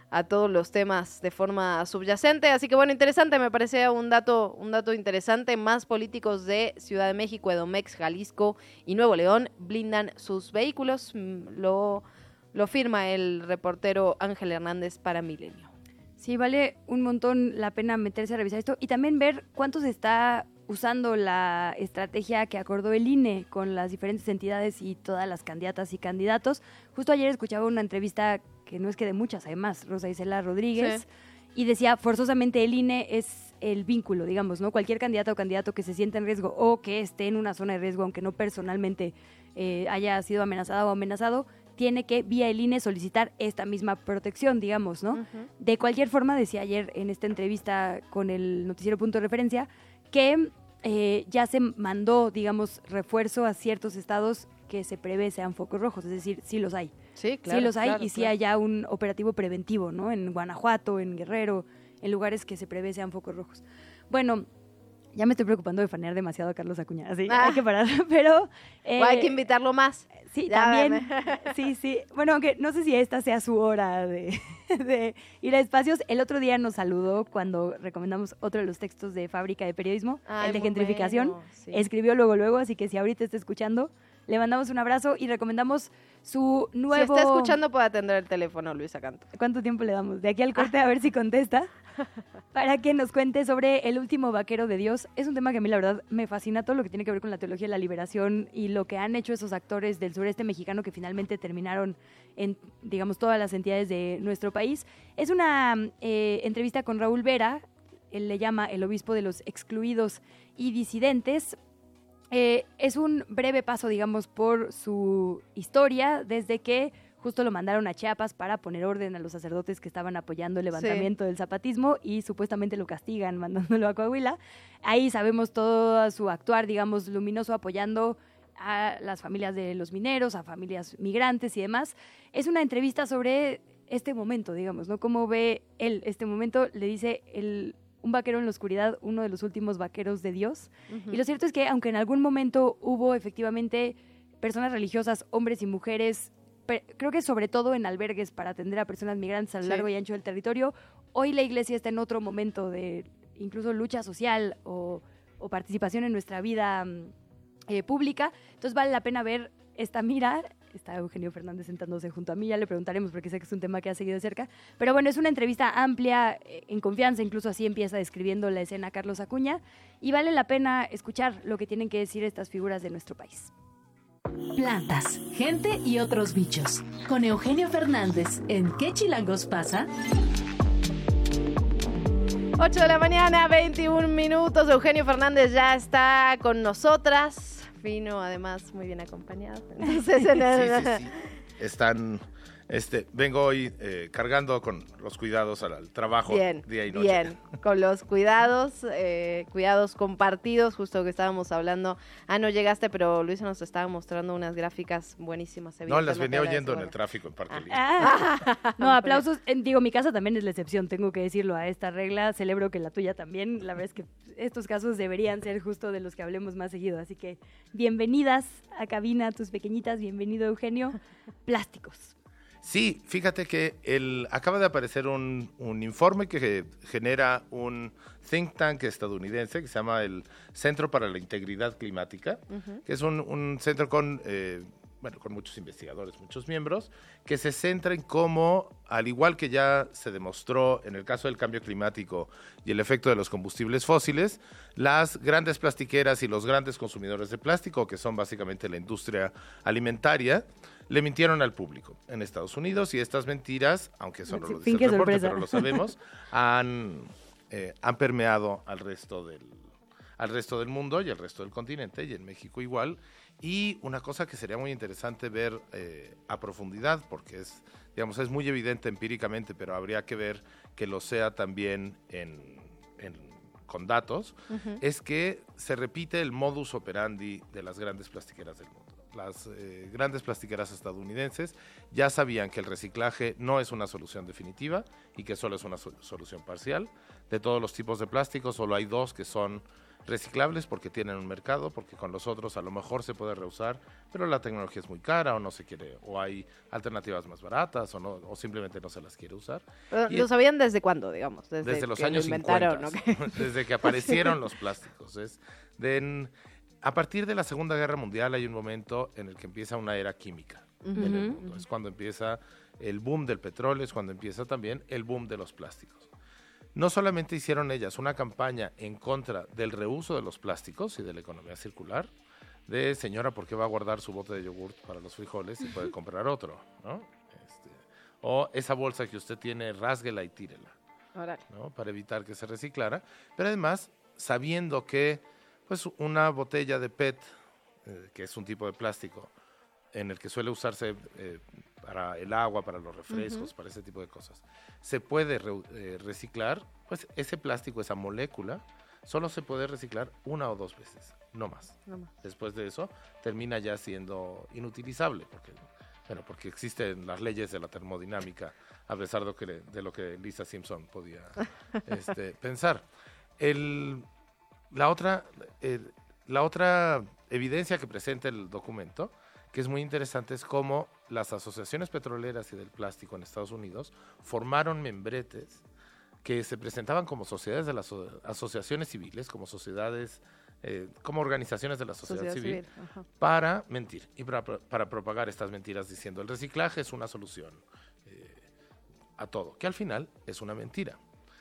los temas de forma subyacente. Así que bueno, interesante, me parece un dato interesante. Más políticos de Ciudad de México, Edomex, Jalisco y Nuevo León blindan sus vehículos. Lo firma el reportero Ángel Hernández para Milenio. Sí, vale un montón la pena meterse a revisar esto y también ver cuánto se está usando la estrategia que acordó el INE con las diferentes entidades y todas las candidatas y candidatos. Justo ayer escuchaba una entrevista que no es que de muchas, además, Rosa Isela Rodríguez, y decía, forzosamente el INE es el vínculo, digamos, ¿no? Cualquier candidata o candidato que se sienta en riesgo o que esté en una zona de riesgo, aunque no personalmente haya sido amenazada o amenazado, tiene que, vía el INE, solicitar esta misma protección, digamos, ¿no? Uh-huh. De cualquier forma, decía ayer en esta entrevista con el noticiero Punto de Referencia, que ya se mandó, digamos, refuerzo a ciertos estados que se prevé sean focos rojos, es decir, sí los hay. Sí, claro. Sí los hay, claro, y sí hay ya un operativo preventivo, ¿no? En Guanajuato, en Guerrero, en lugares que se prevé sean focos rojos. Bueno, ya me estoy preocupando de fanear demasiado a Carlos Acuña, así hay que parar, pero... hay que invitarlo más. Sí, ya también, sí. Bueno, aunque no sé si esta sea su hora de ir a espacios. El otro día nos saludó cuando recomendamos otro de los textos de Fábrica de Periodismo, el de gentrificación. Bueno, sí. Escribió luego, así que si ahorita está escuchando, le mandamos un abrazo y recomendamos su nuevo... Si está escuchando, puede atender el teléfono, Luisa Canto. ¿Cuánto tiempo le damos? De aquí al corte, a ver si contesta, para que nos cuente sobre El último vaquero de Dios. Es un tema que a mí, la verdad, me fascina, todo lo que tiene que ver con la teología de la liberación y lo que han hecho esos actores del sureste mexicano que finalmente terminaron en, digamos, todas las entidades de nuestro país. Es una entrevista con Raúl Vera, él le llama el obispo de los excluidos y disidentes. Es un breve paso, digamos, por su historia, desde que justo lo mandaron a Chiapas para poner orden a los sacerdotes que estaban apoyando el levantamiento del zapatismo y supuestamente lo castigan mandándolo a Coahuila. Ahí sabemos todo su actuar, digamos, luminoso, apoyando a las familias de los mineros, a familias migrantes y demás. Es una entrevista sobre este momento, digamos, ¿no? Cómo ve él este momento, le dice un vaquero en la oscuridad, uno de los últimos vaqueros de Dios. Uh-huh. Y lo cierto es que, aunque en algún momento hubo efectivamente personas religiosas, hombres y mujeres, creo que sobre todo en albergues para atender a personas migrantes a lo largo y ancho del territorio, hoy la iglesia está en otro momento de incluso lucha social o participación en nuestra vida pública. Entonces vale la pena ver esta mira. Está Eugenio Fernández sentándose junto a mí, ya le preguntaremos porque sé que es un tema que ha seguido de cerca, pero bueno, es una entrevista amplia, en confianza, incluso así empieza describiendo la escena Carlos Acuña, y vale la pena escuchar lo que tienen que decir estas figuras de nuestro país. Plantas, gente y otros bichos. Con Eugenio Fernández, ¿en qué chilangos pasa? 8 de la mañana, 21 minutos, Eugenio Fernández ya está con nosotras. Vino además muy bien acompañado. Entonces, sí. Están, vengo hoy cargando con los cuidados al trabajo día y noche. Bien, con los cuidados compartidos, justo que estábamos hablando. No llegaste, pero Luisa nos estaba mostrando unas gráficas buenísimas. No, las venía oyendo en el tráfico en Parque Libre. No, aplausos. Digo, mi casa también es la excepción, tengo que decirlo a esta regla. Celebro que la tuya también. La verdad es que estos casos deberían ser justo de los que hablemos más seguido. Así que bienvenidas a cabina, tus pequeñitas. Bienvenido, Eugenio. Plásticos. Sí, fíjate que acaba de aparecer un informe que genera un think tank estadounidense que se llama el Centro para la Integridad Climática, que es un centro con muchos investigadores, muchos miembros, que se centra en cómo, al igual que ya se demostró en el caso del cambio climático y el efecto de los combustibles fósiles, las grandes plastiqueras y los grandes consumidores de plástico, que son básicamente la industria alimentaria, le mintieron al público en Estados Unidos, y estas mentiras, aunque eso no lo dice el reporte, pero lo sabemos, han permeado al resto del mundo y al resto del continente, y en México igual. Y una cosa que sería muy interesante ver a profundidad, porque es muy evidente empíricamente, pero habría que ver que lo sea también con datos, es que se repite el modus operandi de las grandes plastiqueras del mundo. grandes plastiqueras estadounidenses ya sabían que el reciclaje no es una solución definitiva y que solo es una solución parcial. De todos los tipos de plástico, solo hay 2 que son reciclables porque tienen un mercado, porque con los otros a lo mejor se puede reusar, pero la tecnología es muy cara o no se quiere, o hay alternativas más baratas o simplemente no se las quiere usar. ¿Lo sabían desde cuándo, digamos? Desde los que años lo inventaron, 50, ¿no? desde que aparecieron los plásticos. A partir de la Segunda Guerra Mundial hay un momento en el que empieza una era química en el mundo. Es cuando empieza el boom del petróleo, es cuando empieza también el boom de los plásticos. No solamente hicieron ellas una campaña en contra del reuso de los plásticos y de la economía circular, de señora, ¿por qué va a guardar su bote de yogurt para los frijoles si puede comprar otro? ¿No? O esa bolsa que usted tiene, rásguela y tírela, ¿no? Para evitar que se reciclara. Pero además, sabiendo que pues, una botella de PET, que es un tipo de plástico en el que suele usarse para el agua, para los refrescos, para ese tipo de cosas, se puede reciclar, pues ese plástico, esa molécula, solo se puede reciclar 1 o 2 veces, no más. Después de eso, termina ya siendo inutilizable, porque existen las leyes de la termodinámica, a pesar de lo que Lisa Simpson podía pensar. La otra evidencia que presenta el documento, que es muy interesante, es cómo las asociaciones petroleras y del plástico en Estados Unidos formaron membretes que se presentaban como sociedades de las asociaciones civiles, como sociedades, como organizaciones de la sociedad civil, para mentir y para propagar estas mentiras diciendo el reciclaje es una solución a todo, que al final es una mentira.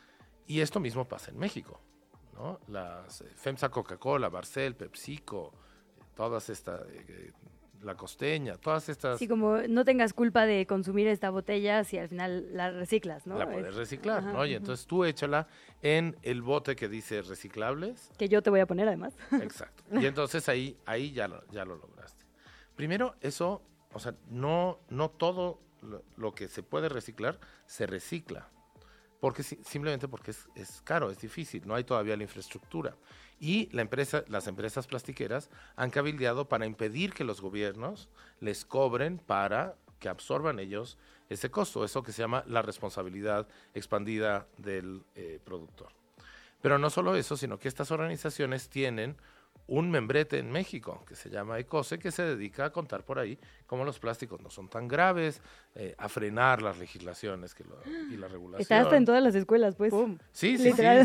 Y esto mismo pasa en México, ¿no? Las FEMSA, Coca-Cola, Barcel, PepsiCo, todas estas... La Costeña, todas estas... Sí, como no tengas culpa de consumir esta botella si al final la reciclas, ¿no? La puedes reciclar, ¿no? Y entonces tú échala en el bote que dice reciclables. Que yo te voy a poner además. Exacto. Y entonces ahí ya lo lograste. Primero, eso, o sea, no todo lo que se puede reciclar se recicla. Simplemente porque es caro, es difícil, no hay todavía la infraestructura. Y las empresas plastiqueras han cabildeado para impedir que los gobiernos les cobren para que absorban ellos ese costo, eso que se llama la responsabilidad expandida del productor. Pero no solo eso, sino que estas organizaciones tienen un membrete en México que se llama ECOSE, que se dedica a contar por ahí cómo los plásticos no son tan graves, a frenar las legislaciones y la regulación. Está hasta en todas las escuelas, pues. Sí. Literal.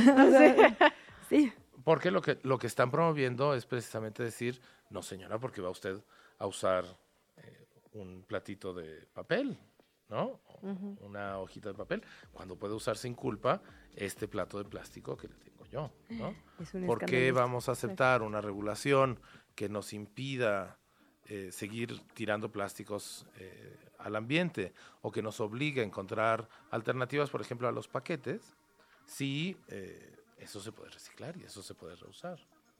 Sí. Porque lo que están promoviendo es precisamente decir, no señora, porque va usted a usar un platito de papel, ¿no? Una hojita de papel, cuando puede usar sin culpa este plato de plástico que le tengo yo, ¿no? ¿Por qué vamos a aceptar una regulación que nos impida seguir tirando plásticos al ambiente o que nos obligue a encontrar alternativas, por ejemplo, a los paquetes, si eso se puede reciclar y eso se puede reusar?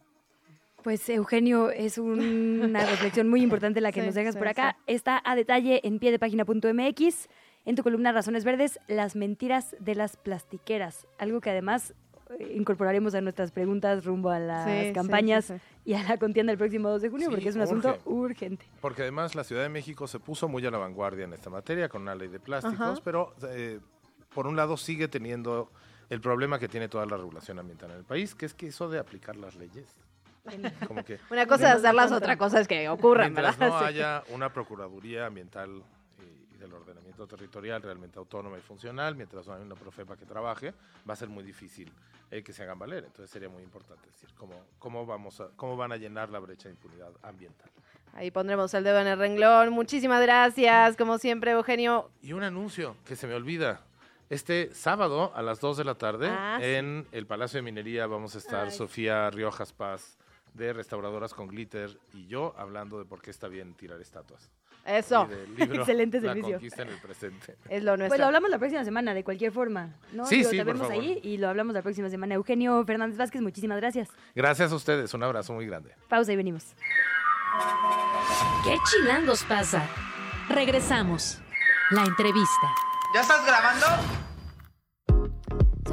Pues Eugenio, es una reflexión muy importante la que nos dejas por acá. Está a detalle en piedepagina.mx, en tu columna Razones Verdes, las mentiras de las plastiqueras. Algo que además incorporaremos a nuestras preguntas rumbo a las campañas y a la contienda el próximo 2 de junio, porque es un asunto urgente. Porque además la Ciudad de México se puso muy a la vanguardia en esta materia con una ley de plásticos, pero por un lado sigue teniendo el problema que tiene toda la regulación ambiental en el país, que es que eso de aplicar las leyes. Como que, una cosa es hacerlas, otra cosa es que ocurran, mientras ¿verdad? no haya una Procuraduría Ambiental y del ordenamiento territorial realmente autónoma y funcional, mientras no haya una Profepa que trabaje, va a ser muy difícil que se hagan valer. Entonces sería muy importante decir cómo van a llenar la brecha de impunidad ambiental. Ahí pondremos el dedo en el renglón. Muchísimas gracias, como siempre, Eugenio. Y un anuncio que se me olvida. Este sábado a las 2 de la tarde en el Palacio de Minería vamos a estar Sofía Riojas Paz de Restauradoras con Glitter y yo hablando de por qué está bien tirar estatuas. Eso. Libro, excelente La servicio. Conquista en el Presente. Es lo nuestro. Pues lo hablamos la próxima semana, de cualquier forma, ¿no? Sí, te por vemos favor. ahí y lo hablamos la próxima semana. Eugenio Fernández Vázquez, muchísimas gracias. Gracias a ustedes, un abrazo muy grande. Pausa y venimos. ¿Qué chilangos pasa? Regresamos. La entrevista. ¿Ya estás grabando?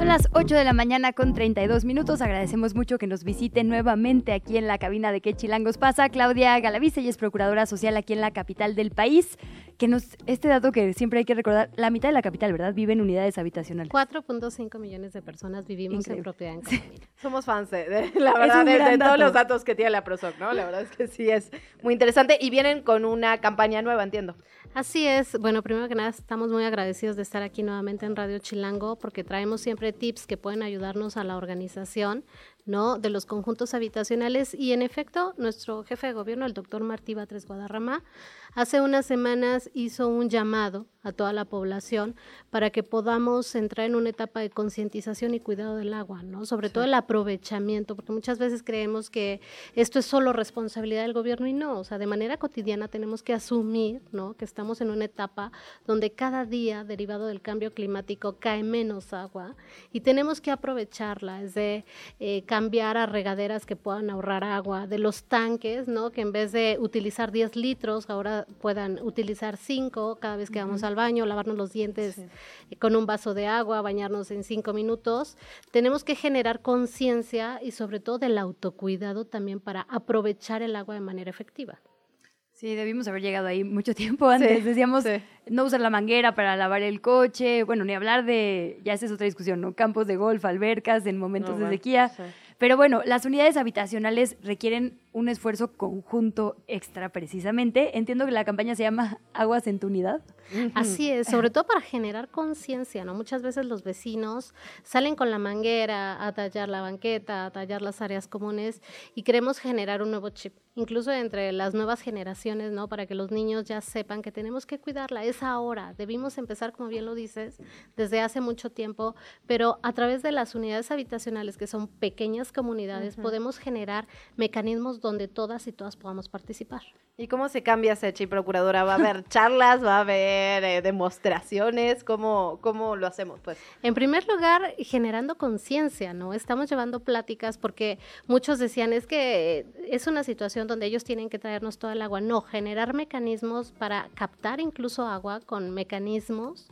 Son las 8 de la mañana con 32 minutos. Agradecemos mucho que nos visite nuevamente aquí en la cabina de ¿Qué chilangos pasa? Claudia Galaviz, ella es procuradora social aquí en la capital del país. Este dato que siempre hay que recordar, la mitad de la capital, ¿verdad? Vive en unidades habitacionales. 4.5 millones de personas vivimos en propiedad en condominio. Somos fans la verdad, de todos los datos que tiene la Prosoc, ¿no? La verdad es que sí es muy interesante y vienen con una campaña nueva, entiendo. Así es. Bueno, primero que nada, estamos muy agradecidos de estar aquí nuevamente en Radio Chilango porque traemos siempre tips que pueden ayudarnos a la organización, ¿no?, de los conjuntos habitacionales. Y en efecto, nuestro jefe de gobierno, el doctor Martí Batres Guadarrama, hace unas semanas hizo un llamado a toda la población para que podamos entrar en una etapa de concientización y cuidado del agua, ¿no? Sobre todo el aprovechamiento, porque muchas veces creemos que esto es solo responsabilidad del gobierno y no, o sea, de manera cotidiana tenemos que asumir, ¿no?, que estamos en una etapa donde cada día, derivado del cambio climático, cae menos agua y tenemos que aprovecharla, es de cambiar a regaderas que puedan ahorrar agua, de los tanques, ¿no?, que en vez de utilizar 10 litros, ahora puedan utilizar 5 cada vez que vamos al baño, lavarnos los dientes con un vaso de agua, bañarnos en 5 minutos. Tenemos que generar conciencia y sobre todo del autocuidado también para aprovechar el agua de manera efectiva. Sí, debimos haber llegado ahí mucho tiempo antes. Decíamos no usar la manguera para lavar el coche, bueno, ni hablar de, ya esa es otra discusión, ¿no? Campos de golf, albercas en momentos de sequía. Sí. Pero bueno, las unidades habitacionales requieren un esfuerzo conjunto extra precisamente. Entiendo que la campaña se llama Aguas en tu unidad. Así es, sobre todo para generar conciencia, ¿no? Muchas veces los vecinos salen con la manguera a tallar la banqueta, a tallar las áreas comunes y queremos generar un nuevo chip, incluso entre las nuevas generaciones, ¿no? Para que los niños ya sepan que tenemos que cuidarla, es ahora, debimos empezar, como bien lo dices, desde hace mucho tiempo, pero a través de las unidades habitacionales, que son pequeñas comunidades, podemos generar mecanismos donde todas y todas podamos participar. ¿Y cómo se cambia ese chip, procuradora? ¿Va a haber charlas? ¿Va a haber demostraciones? ¿Cómo lo hacemos, pues? En primer lugar, generando conciencia, ¿no? Estamos llevando pláticas porque muchos decían, es que es una situación donde ellos tienen que traernos toda el agua. No, generar mecanismos para captar incluso agua con mecanismos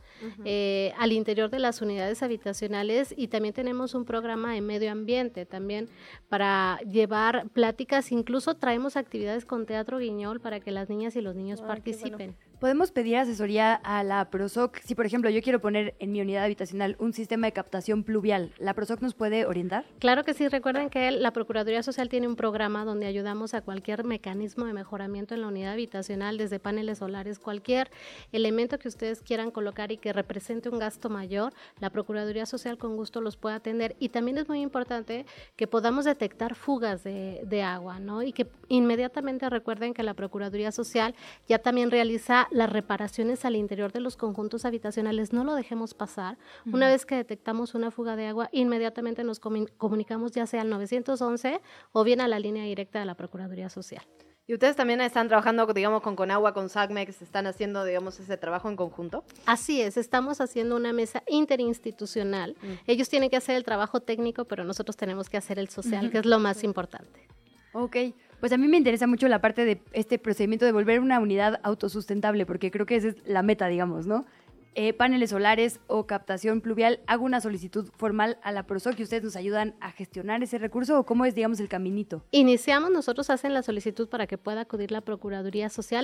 al interior de las unidades habitacionales, y también tenemos un programa de medio ambiente también para llevar pláticas, incluso traemos actividades con Teatro Guiñol para que las niñas y los niños participen. ¿Podemos pedir asesoría a la Prosoc? Si, por ejemplo, yo quiero poner en mi unidad habitacional un sistema de captación pluvial, ¿la Prosoc nos puede orientar? Claro que sí. Recuerden que la Procuraduría Social tiene un programa donde ayudamos a cualquier mecanismo de mejoramiento en la unidad habitacional, desde paneles solares, cualquier elemento que ustedes quieran colocar y que represente un gasto mayor, la Procuraduría Social con gusto los puede atender. Y también es muy importante que podamos detectar fugas de agua, ¿no? Y que inmediatamente recuerden que la Procuraduría Social ya también realiza las reparaciones al interior de los conjuntos habitacionales. No lo dejemos pasar. Una vez que detectamos una fuga de agua, inmediatamente nos comunicamos ya sea al 911 o bien a la línea directa de la Procuraduría Social. ¿Y ustedes también están trabajando, digamos, con Conagua, con SACMEX, están haciendo, digamos, ese trabajo en conjunto? Así es, estamos haciendo una mesa interinstitucional. Ellos tienen que hacer el trabajo técnico, pero nosotros tenemos que hacer el social, que es lo más importante. Ok, pues a mí me interesa mucho la parte de este procedimiento de volver una unidad autosustentable, porque creo que esa es la meta, digamos, ¿no? Paneles solares o captación pluvial, hago una solicitud formal a la Prosoc y ustedes nos ayudan a gestionar ese recurso, ¿o cómo es, digamos, el caminito? Iniciamos, nosotros hacen la solicitud para que pueda acudir la Procuraduría Social,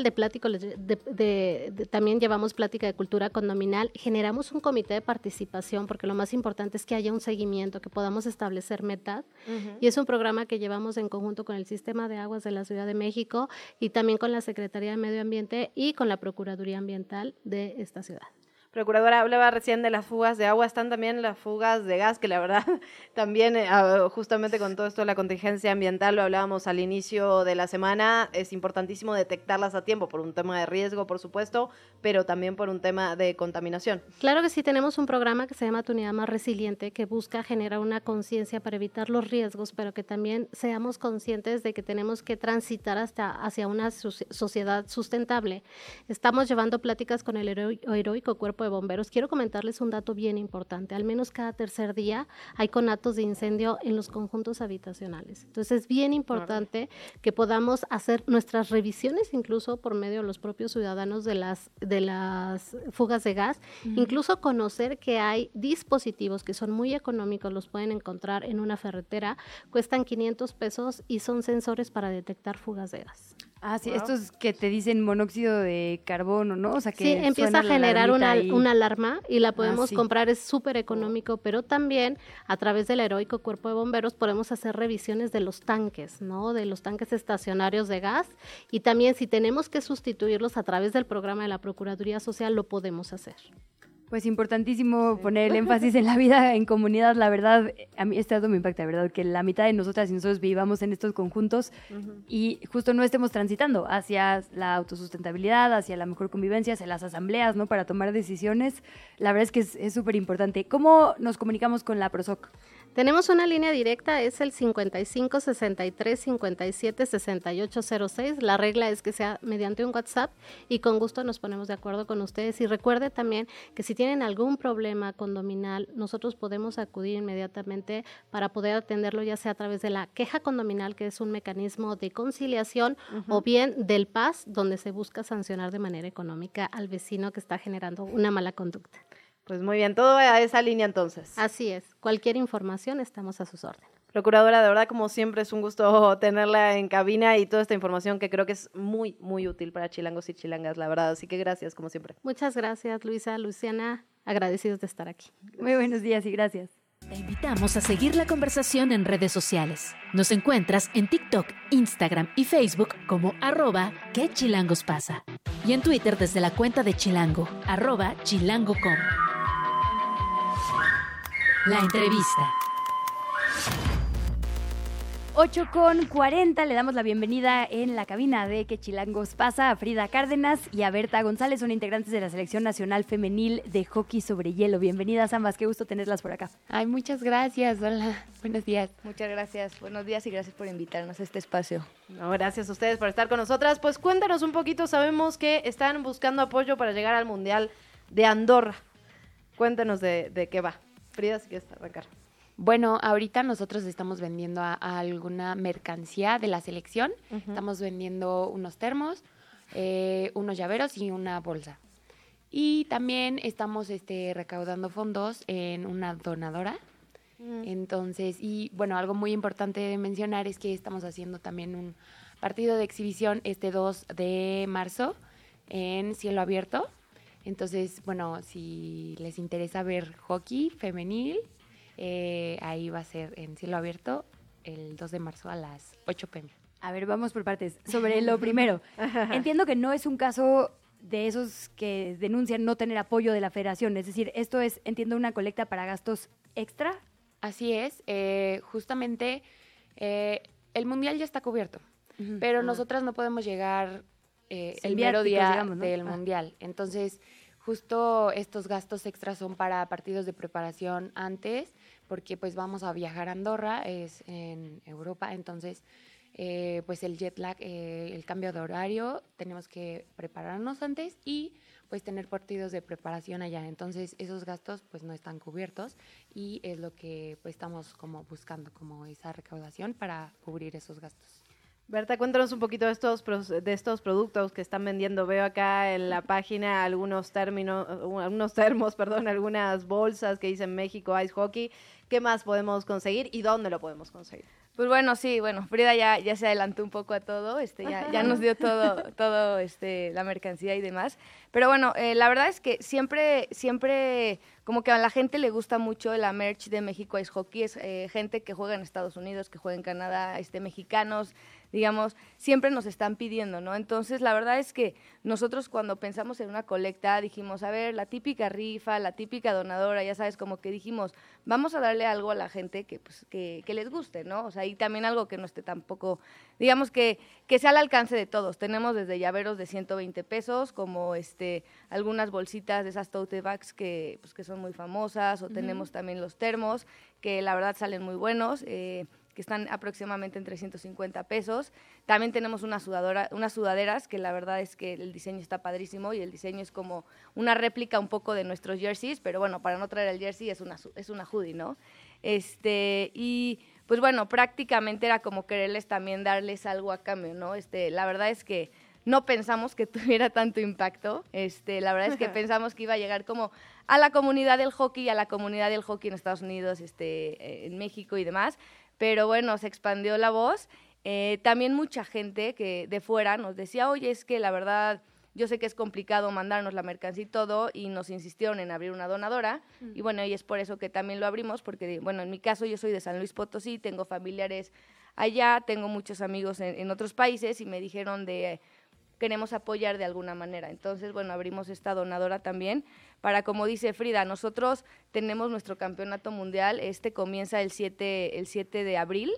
también llevamos plática de cultura condominal, generamos un comité de participación, porque lo más importante es que haya un seguimiento, que podamos establecer metas, y es un programa que llevamos en conjunto con el Sistema de Aguas de la Ciudad de México y también con la Secretaría de Medio Ambiente y con la Procuraduría Ambiental de esta ciudad. Procuradora, hablaba recién de las fugas de agua, están también las fugas de gas, que la verdad también justamente con todo esto de la contingencia ambiental, lo hablábamos al inicio de la semana, es importantísimo detectarlas a tiempo por un tema de riesgo, por supuesto, pero también por un tema de contaminación. Claro que sí, tenemos un programa que se llama Tu Unidad Más Resiliente, que busca generar una conciencia para evitar los riesgos, pero que también seamos conscientes de que tenemos que transitar hacia una sociedad sustentable. Estamos llevando pláticas con el heroico Cuerpo de bomberos. Quiero comentarles un dato bien importante. Al menos cada tercer día hay conatos de incendio en los conjuntos habitacionales. Entonces es bien importante que podamos hacer nuestras revisiones incluso por medio de los propios ciudadanos de las fugas de gas, incluso conocer que hay dispositivos que son muy económicos, los pueden encontrar en una ferretera, cuestan 500 pesos y son sensores para detectar fugas de gas. Ah, sí, estos que te dicen monóxido de carbono, ¿no? O sea, que sí, empieza a generar una alarma y la podemos sí. comprar, es súper económico, pero también a través del heroico Cuerpo de Bomberos podemos hacer revisiones de los tanques, ¿no? De los tanques estacionarios de gas, y también si tenemos que sustituirlos a través del programa de la Procuraduría Social, lo podemos hacer. Pues importantísimo poner el énfasis en la vida en comunidad. La verdad, a mí este dato me impacta, de verdad, que la mitad de nosotras y nosotros vivamos en estos conjuntos y justo no estemos transitando hacia la autosustentabilidad, hacia la mejor convivencia, hacia las asambleas, ¿no? Para tomar decisiones. La verdad es que es súper importante. ¿Cómo nos comunicamos con la PROSOC? Tenemos una línea directa, es el 55 63 57 68 06. La regla es que sea mediante un WhatsApp y con gusto nos ponemos de acuerdo con ustedes. Y recuerde también que si tienen algún problema condominal, nosotros podemos acudir inmediatamente para poder atenderlo, ya sea a través de la queja condominal, que es un mecanismo de conciliación, o bien del PAS, donde se busca sancionar de manera económica al vecino que está generando una mala conducta. Pues muy bien, todo a esa línea entonces. Así es, cualquier información estamos a sus órdenes. Procuradora, de verdad, como siempre, es un gusto tenerla en cabina y toda esta información que creo que es muy, muy útil para chilangos y chilangas, la verdad. Así que gracias, como siempre. Muchas gracias, Luisa, Luciana, agradecidos de estar aquí. Muy buenos días y gracias. Te invitamos a seguir la conversación en redes sociales. Nos encuentras en TikTok, Instagram y Facebook como @¿Qué chilangos pasa? Y en Twitter desde la cuenta de Chilango, @chilango.com. La entrevista. 8:40, le damos la bienvenida en la cabina de ¿Qué chilangos pasa? A Frida Cárdenas y a Berta González, son integrantes de la Selección Nacional Femenil de Hockey sobre Hielo. Bienvenidas ambas, qué gusto tenerlas por acá. Ay, muchas gracias, hola, buenos días. Muchas gracias, buenos días y gracias por invitarnos a este espacio. No, gracias a ustedes por estar con nosotras. Pues cuéntanos un poquito, sabemos que están buscando apoyo para llegar al Mundial de Andorra. Cuéntanos de qué va. Frida, si quieres arrancar. Bueno, ahorita nosotros estamos vendiendo a alguna mercancía de la selección. Estamos vendiendo unos termos, unos llaveros y una bolsa. Y también estamos recaudando fondos en una donadora. Entonces, y bueno, algo muy importante de mencionar es que estamos haciendo también un partido de exhibición este 2 de marzo en cielo abierto. Entonces, bueno, si les interesa ver hockey femenil, ahí va a ser en cielo abierto el 2 de marzo a las 8 p.m. A ver, vamos por partes. Sobre lo primero, entiendo que no es un caso de esos que denuncian no tener apoyo de la federación, es decir, esto es, entiendo, una colecta para gastos extra. Así es, justamente el mundial ya está cubierto, pero nosotras no podemos llegar el mero día, digamos, ¿no? Del mundial. Entonces, justo estos gastos extras son para partidos de preparación antes, porque pues vamos a viajar a Andorra, es en Europa, entonces pues el jet lag, el cambio de horario, tenemos que prepararnos antes y pues tener partidos de preparación allá. Entonces esos gastos pues no están cubiertos y es lo que pues estamos como buscando, como esa recaudación para cubrir esos gastos. Berta, cuéntanos un poquito de estos productos que están vendiendo. Veo acá en la página algunos termos, algunas bolsas que dicen México Ice Hockey. ¿Qué más podemos conseguir y dónde lo podemos conseguir? Pues bueno, sí, Frida ya se adelantó un poco a todo, ya nos dio todo la mercancía y demás. Pero bueno, la verdad es que siempre como que a la gente le gusta mucho la merch de México Ice Hockey, es gente que juega en Estados Unidos, que juega en Canadá, mexicanos, digamos, siempre nos están pidiendo, ¿no? Entonces, la verdad es que nosotros cuando pensamos en una colecta dijimos, a ver, la típica rifa, la típica donadora, ya sabes, como que dijimos, vamos a darle algo a la gente que les guste, ¿no? O sea, y también algo que no esté tampoco, digamos que sea al alcance de todos. Tenemos desde llaveros de 120 pesos, como algunas bolsitas de esas tote bags que son muy famosas, o tenemos también los termos, que la verdad salen muy buenos, que están aproximadamente en 350 pesos. También tenemos unas sudaderas, que la verdad es que el diseño está padrísimo y el diseño es como una réplica un poco de nuestros jerseys, pero bueno, para no traer el jersey es una hoodie, ¿no? Y pues bueno, prácticamente era como quererles también darles algo a cambio, ¿no? La verdad es que no pensamos que tuviera tanto impacto. La verdad es que pensamos que iba a llegar como a la comunidad del hockey, en Estados Unidos, en México y demás. Pero bueno, se expandió la voz. También mucha gente que de fuera nos decía, oye, es que la verdad, yo sé que es complicado mandarnos la mercancía y todo, y nos insistieron en abrir una donadora. Y bueno, y es por eso que también lo abrimos, porque bueno, en mi caso yo soy de San Luis Potosí, tengo familiares allá, tengo muchos amigos en otros países y me dijeron queremos apoyar de alguna manera. Entonces, bueno, abrimos esta donadora también para, como dice Frida, nosotros tenemos nuestro campeonato mundial, comienza el 7 de abril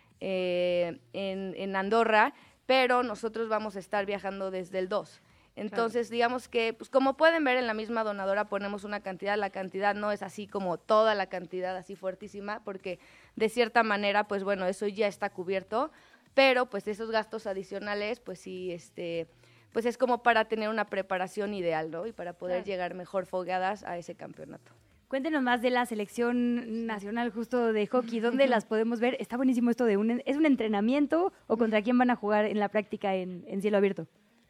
en Andorra, pero nosotros vamos a estar viajando desde el 2. Entonces, digamos que, pues como pueden ver, en la misma donadora ponemos una cantidad, la cantidad no es así como toda la cantidad así fuertísima, porque de cierta manera, pues bueno, eso ya está cubierto, pero pues esos gastos adicionales, pues sí, pues es como para tener una preparación ideal, ¿no? Y para poder llegar mejor fogueadas a ese campeonato. Cuéntenos más de la selección nacional justo de hockey, ¿dónde las podemos ver? Está buenísimo esto ¿es un entrenamiento o contra quién van a jugar en la práctica en cielo abierto?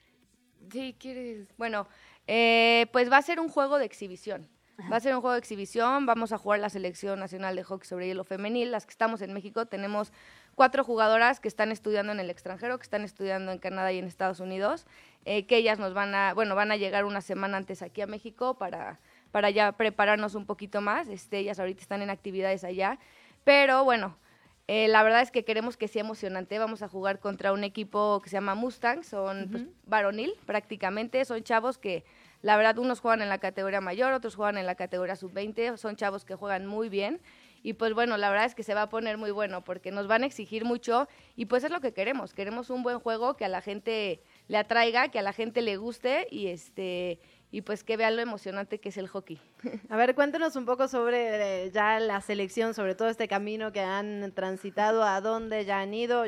Sí, ¿quieres? Bueno, pues va a ser un juego de exhibición. Va a ser un juego de exhibición, vamos a jugar la selección nacional de hockey sobre hielo femenil. Las que estamos en México tenemos 4 jugadoras que están estudiando en el extranjero, que están estudiando en Canadá y en Estados Unidos, que ellas van a llegar una semana antes aquí a México para ya prepararnos un poquito más. Ellas ahorita están en actividades allá, pero bueno, la verdad es que queremos que sea emocionante. Vamos a jugar contra un equipo que se llama Mustangs, son pues, varonil prácticamente, son chavos que la verdad unos juegan en la categoría mayor, otros juegan en la categoría sub-20, son chavos que juegan muy bien. Y pues bueno, la verdad es que se va a poner muy bueno porque nos van a exigir mucho y pues es lo que queremos. Queremos un buen juego que a la gente le atraiga, que a la gente le guste y pues que vean lo emocionante que es el hockey. A ver, cuéntenos un poco sobre ya la selección, sobre todo este camino que han transitado, a dónde ya han ido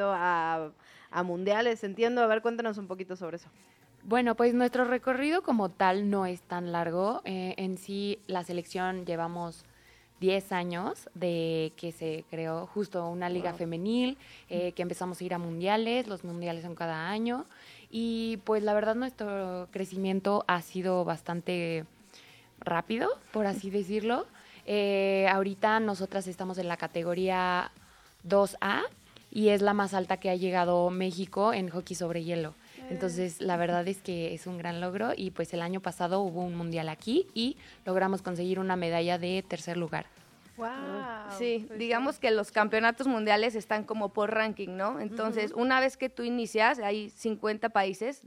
a mundiales, entiendo. A ver, cuéntenos un poquito sobre eso. Bueno, pues nuestro recorrido como tal no es tan largo. En sí, la selección llevamos 10 años de que se creó justo una liga femenil, que empezamos a ir a mundiales, los mundiales son cada año, y pues la verdad nuestro crecimiento ha sido bastante rápido, por así decirlo. Ahorita nosotras estamos en la categoría 2A y es la más alta que ha llegado México en hockey sobre hielo. Entonces, la verdad es que es un gran logro y pues el año pasado hubo un mundial aquí y logramos conseguir una medalla de 3er lugar. Wow. Sí, pues digamos que los campeonatos mundiales están como por ranking, ¿no? Entonces, una vez que tú inicias, hay 50 países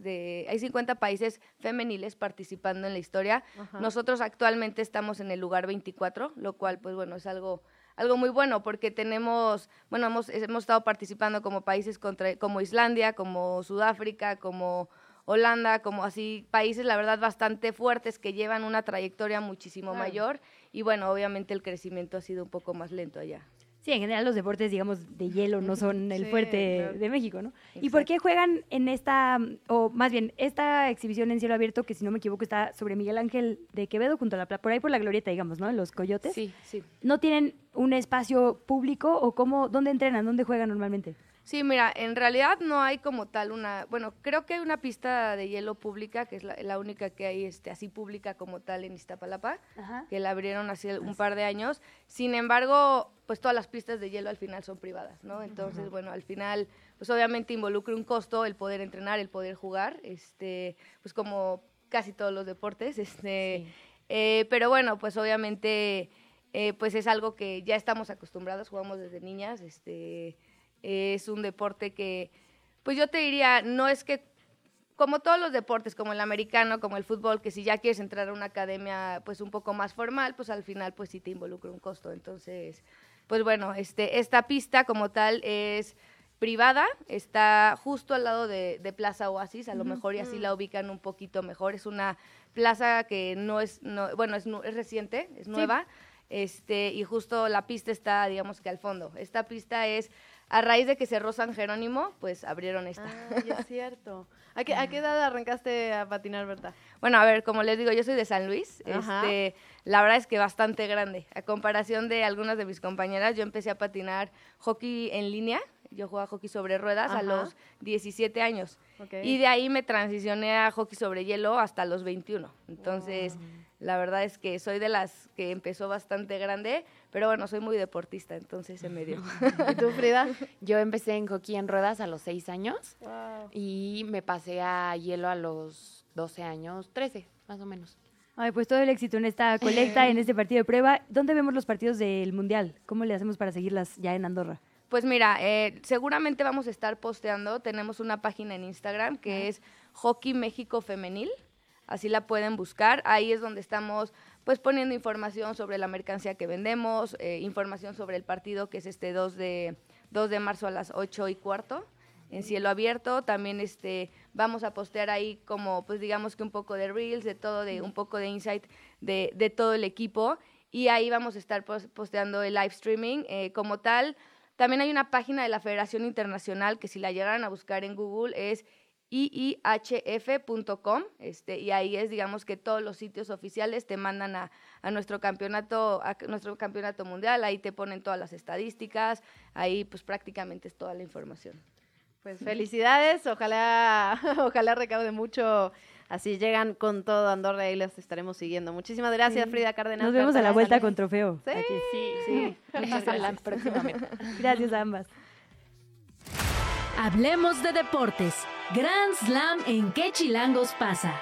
femeniles participando en la historia. Nosotros actualmente estamos en el lugar 24, lo cual pues bueno, es algo muy bueno porque hemos estado participando como países como Islandia, como Sudáfrica, como Holanda, como así países la verdad bastante fuertes que llevan una trayectoria muchísimo mayor y bueno, obviamente el crecimiento ha sido un poco más lento allá. Sí, en general los deportes, digamos, de hielo no son el fuerte de México, ¿no? Exacto. ¿Y por qué juegan en esta exhibición en cielo abierto, que si no me equivoco está sobre Miguel Ángel de Quevedo, junto a por ahí por la glorieta, digamos, ¿no? Los Coyotes. Sí, sí. ¿No tienen un espacio público o dónde entrenan, dónde juegan normalmente? Sí, mira, en realidad no hay como tal creo que hay una pista de hielo pública, que es la única que hay así pública como tal en Iztapalapa, que la abrieron hace un par de años. Sin embargo, pues todas las pistas de hielo al final son privadas, ¿no? Entonces, bueno, al final, pues obviamente involucra un costo el poder entrenar, el poder jugar, pues como casi todos los deportes, pero bueno, pues obviamente, pues es algo que ya estamos acostumbrados, jugamos desde niñas, es un deporte que, pues yo te diría, no es que, como todos los deportes, como el americano, como el fútbol, que si ya quieres entrar a una academia pues un poco más formal, pues al final pues sí te involucra un costo. Entonces, pues bueno, esta pista como tal es privada, está justo al lado de Plaza Oasis, a lo mejor y así la ubican un poquito mejor. Es una plaza que es reciente, es nueva. y justo la pista está, digamos que al fondo. Esta pista es, a raíz de que cerró San Jerónimo, pues abrieron esta. Ya es cierto. ¿A qué edad arrancaste a patinar, Berta? Bueno, a ver, como les digo, yo soy de San Luis. Ajá. La verdad es que bastante grande. A comparación de algunas de mis compañeras, yo empecé a patinar hockey en línea. Yo jugaba hockey sobre ruedas a los 17 años. Okay. Y de ahí me transicioné a hockey sobre hielo hasta los 21. Entonces, la verdad es que soy de las que empezó bastante grande, pero bueno, soy muy deportista, entonces se me dio. ¿Y tú, Frida? Yo empecé en hockey en ruedas a los 6 años Wow. y me pasé a hielo a los 12 años, 13 más o menos. Ay, pues todo el éxito en esta colecta, en este partido de prueba. ¿Dónde vemos los partidos del Mundial? ¿Cómo le hacemos para seguirlas ya en Andorra? Pues mira, seguramente vamos a estar posteando, tenemos una página en Instagram que es Hockey México Femenil, así la pueden buscar, ahí es donde estamos pues poniendo información sobre la mercancía que vendemos, información sobre el partido que es este 2 de marzo a las 8:15 en cielo abierto, también vamos a postear ahí como pues digamos que un poco de reels, de todo, de un poco de insight de todo el equipo, y ahí vamos a estar posteando el live streaming como tal. También hay una página de la Federación Internacional que si la llegaran a buscar en Google es iihf.com, y ahí es, digamos que todos los sitios oficiales te mandan a nuestro campeonato mundial, ahí te ponen todas las estadísticas, ahí pues prácticamente es toda la información. Pues felicidades, ojalá recaude mucho, así llegan con todo Andorra y los estaremos siguiendo. Muchísimas gracias, Frida Cárdenas. Nos vemos a la vuelta con trofeo. Sí, aquí. Sí. Muchas gracias. Próximamente. Gracias a ambas. Hablemos de deportes. Grand Slam en ¿Qué chilangos pasa?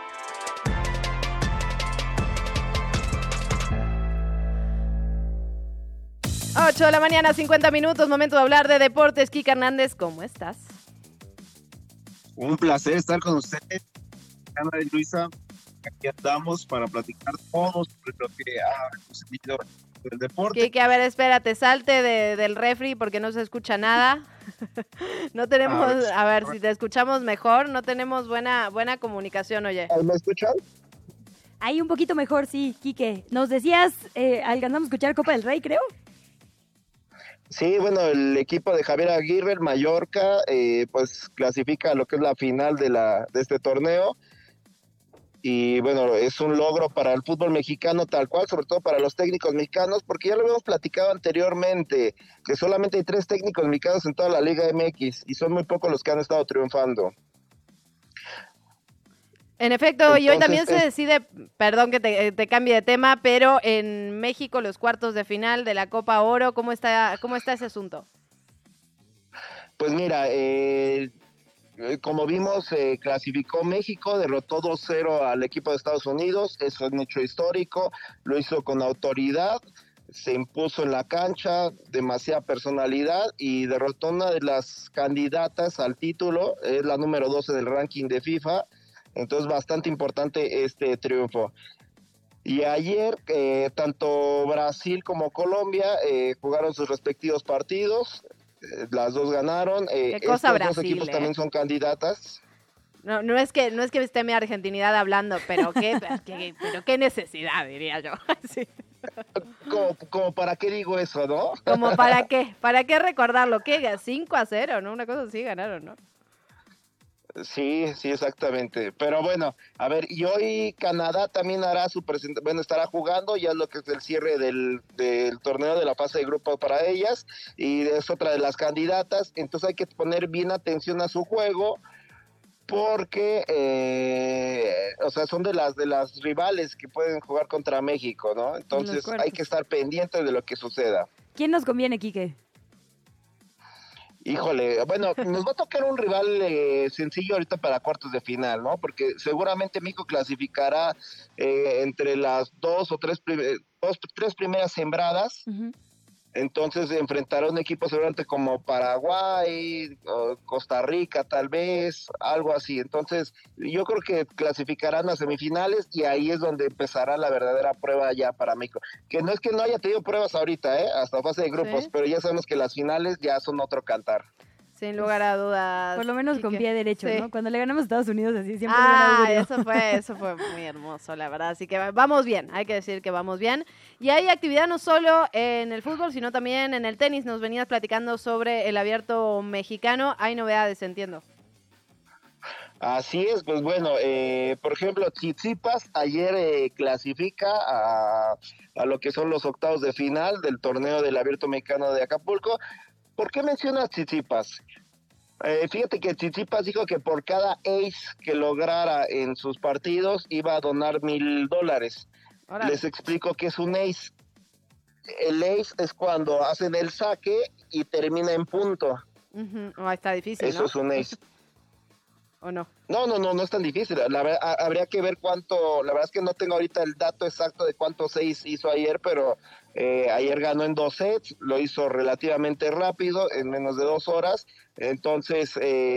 Ocho de la mañana, 50 minutos, momento de hablar de deportes. Kika Hernández, ¿cómo estás? Un placer estar con ustedes, Ana y Luisa. Aquí andamos para platicar todos sobre lo que ha sucedido del deporte. Kika, a ver, espérate, salte del refri porque no se escucha nada. No tenemos, a ver si te escuchamos mejor, no tenemos buena comunicación, oye. ¿Me escuchan? Ahí un poquito mejor, sí, Quique. Nos decías, alcanzamos a escuchar Copa del Rey, creo. Sí, bueno, el equipo de Javier Aguirre, el Mallorca, pues clasifica a lo que es la final de este torneo. Y bueno, es un logro para el fútbol mexicano tal cual, sobre todo para los técnicos mexicanos, porque ya lo habíamos platicado anteriormente, que solamente hay 3 técnicos mexicanos en toda la Liga MX y son muy pocos los que han estado triunfando. En efecto, entonces, y hoy también se decide, perdón que te cambie de tema, pero en México los cuartos de final de la Copa Oro, ¿cómo está ese asunto? Pues mira, como vimos, clasificó México, derrotó 2-0 al equipo de Estados Unidos, eso es un hecho histórico, lo hizo con autoridad, se impuso en la cancha, demasiada personalidad y derrotó una de las candidatas al título, es la número 12 del ranking de FIFA, entonces bastante importante este triunfo. Y ayer, tanto Brasil como Colombia jugaron sus respectivos partidos, las dos ganaron. ¿Qué cosa estos Brasil, dos equipos también son candidatas. No es que esté mi argentinidad hablando, pero qué necesidad, diría yo. Sí. Como para qué digo eso, ¿no? Como para qué recordarlo, ¿qué? 5-0, ¿no? Una cosa así ganaron, ¿no? Sí, exactamente. Pero bueno, a ver, y hoy Canadá también hará su presentación, bueno, estará jugando, ya es lo que es el cierre del torneo de la fase de grupo para ellas, y es otra de las candidatas, entonces hay que poner bien atención a su juego, porque, o sea, son de las rivales que pueden jugar contra México, ¿no? Entonces hay que estar pendientes de lo que suceda. ¿Quién nos conviene, Quique? Híjole, bueno, nos va a tocar un rival sencillo ahorita para cuartos de final, ¿no? Porque seguramente México clasificará entre las 2 o 3 primeras sembradas. Uh-huh. Entonces enfrentará un equipo seguramente como Paraguay, o Costa Rica tal vez, algo así. Entonces yo creo que clasificarán a semifinales y ahí es donde empezará la verdadera prueba ya para México. Que no es que no haya tenido pruebas ahorita, hasta fase de grupos, ¿sí? Pero ya sabemos que las finales ya son otro cantar. Sin lugar a dudas. Por lo menos con pie derecho, sí. ¿no? Cuando le ganamos a Estados Unidos así siempre eso fue muy hermoso, la verdad. Así que vamos bien, hay que decir que vamos bien. Y hay actividad no solo en el fútbol, sino también en el tenis. Nos venías platicando sobre el Abierto Mexicano. Hay novedades, entiendo. Así es, pues bueno, por ejemplo, Tsitsipas ayer clasifica a lo que son los octavos de final del torneo del Abierto Mexicano de Acapulco. ¿Por qué mencionas Tsitsipas? Fíjate que Tsitsipas dijo que por cada ace que lograra en sus partidos iba a donar $1,000. Les explico qué es un ace. El ace es cuando hacen el saque y termina en punto. Está difícil, Eso ¿no? es un ace. ¿O no? No es tan difícil. Habría que ver cuánto, la verdad es que no tengo ahorita el dato exacto de cuántos 6 hizo ayer, pero ayer ganó en 2 sets, lo hizo relativamente rápido, en menos de 2 horas, entonces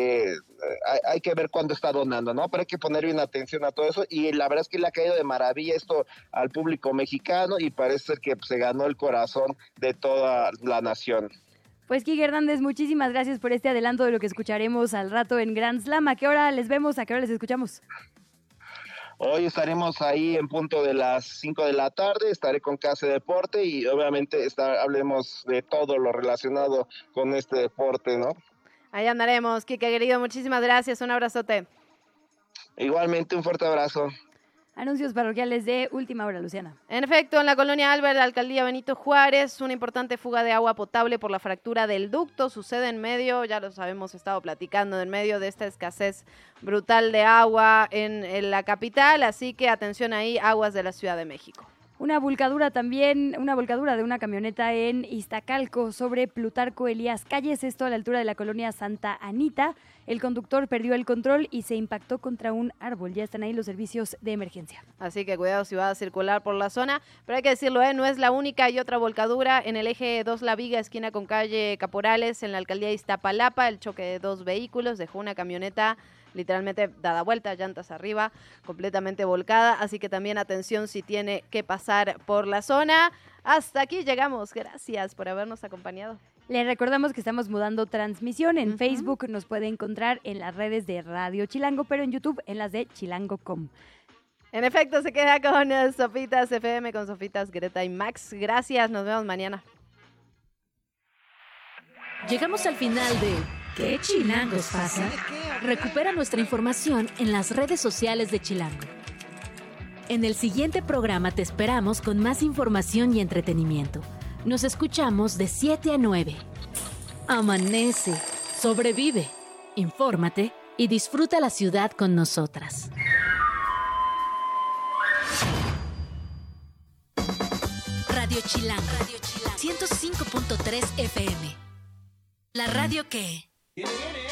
hay que ver cuándo está donando, ¿no? Pero hay que poner bien atención a todo eso, y la verdad es que le ha caído de maravilla esto al público mexicano, y parece ser que se ganó el corazón de toda la nación. Pues Quique Hernández, muchísimas gracias por este adelanto de lo que escucharemos al rato en Grand Slam. ¿A qué hora les vemos? ¿A qué hora les escuchamos? Hoy estaremos ahí en punto de las 5 de la tarde, estaré con KC Deporte y obviamente hablemos de todo lo relacionado con este deporte, ¿no? Ahí andaremos, Quique querido, muchísimas gracias, un abrazote. Igualmente, un fuerte abrazo. Anuncios parroquiales de última hora, Luciana. En efecto, en la colonia Albert, la alcaldía Benito Juárez, una importante fuga de agua potable por la fractura del ducto sucede en medio, ya lo sabemos, he estado platicando, en medio de esta escasez brutal de agua en la capital, así que atención ahí, aguas de la Ciudad de México. Una volcadura de una camioneta en Iztacalco sobre Plutarco Elías Calles, esto a la altura de la colonia Santa Anita. El conductor perdió el control y se impactó contra un árbol. Ya están ahí los servicios de emergencia. Así que cuidado si va a circular por la zona. Pero hay que decirlo, no es la única. Hay otra volcadura en el eje 2 La Viga, esquina con calle Caporales, en la alcaldía de Iztapalapa. El choque de 2 vehículos dejó una camioneta literalmente dada vuelta, llantas arriba, completamente volcada, así que también atención si tiene que pasar por la zona. Hasta aquí llegamos, gracias por habernos acompañado. Les recordamos que estamos mudando transmisión, en Facebook nos puede encontrar en las redes de Radio Chilango, pero en YouTube en las de chilango.com. En efecto, se queda con Sofitas FM, con Sofitas, Greta y Max. Gracias, nos vemos mañana. Llegamos al final de ¿Qué chilangos pasa? Recupera nuestra información en las redes sociales de Chilango. En el siguiente programa te esperamos con más información y entretenimiento. Nos escuchamos de 7 a 9. Amanece, sobrevive, infórmate y disfruta la ciudad con nosotras. Radio Chilango, 105.3 FM. La radio que...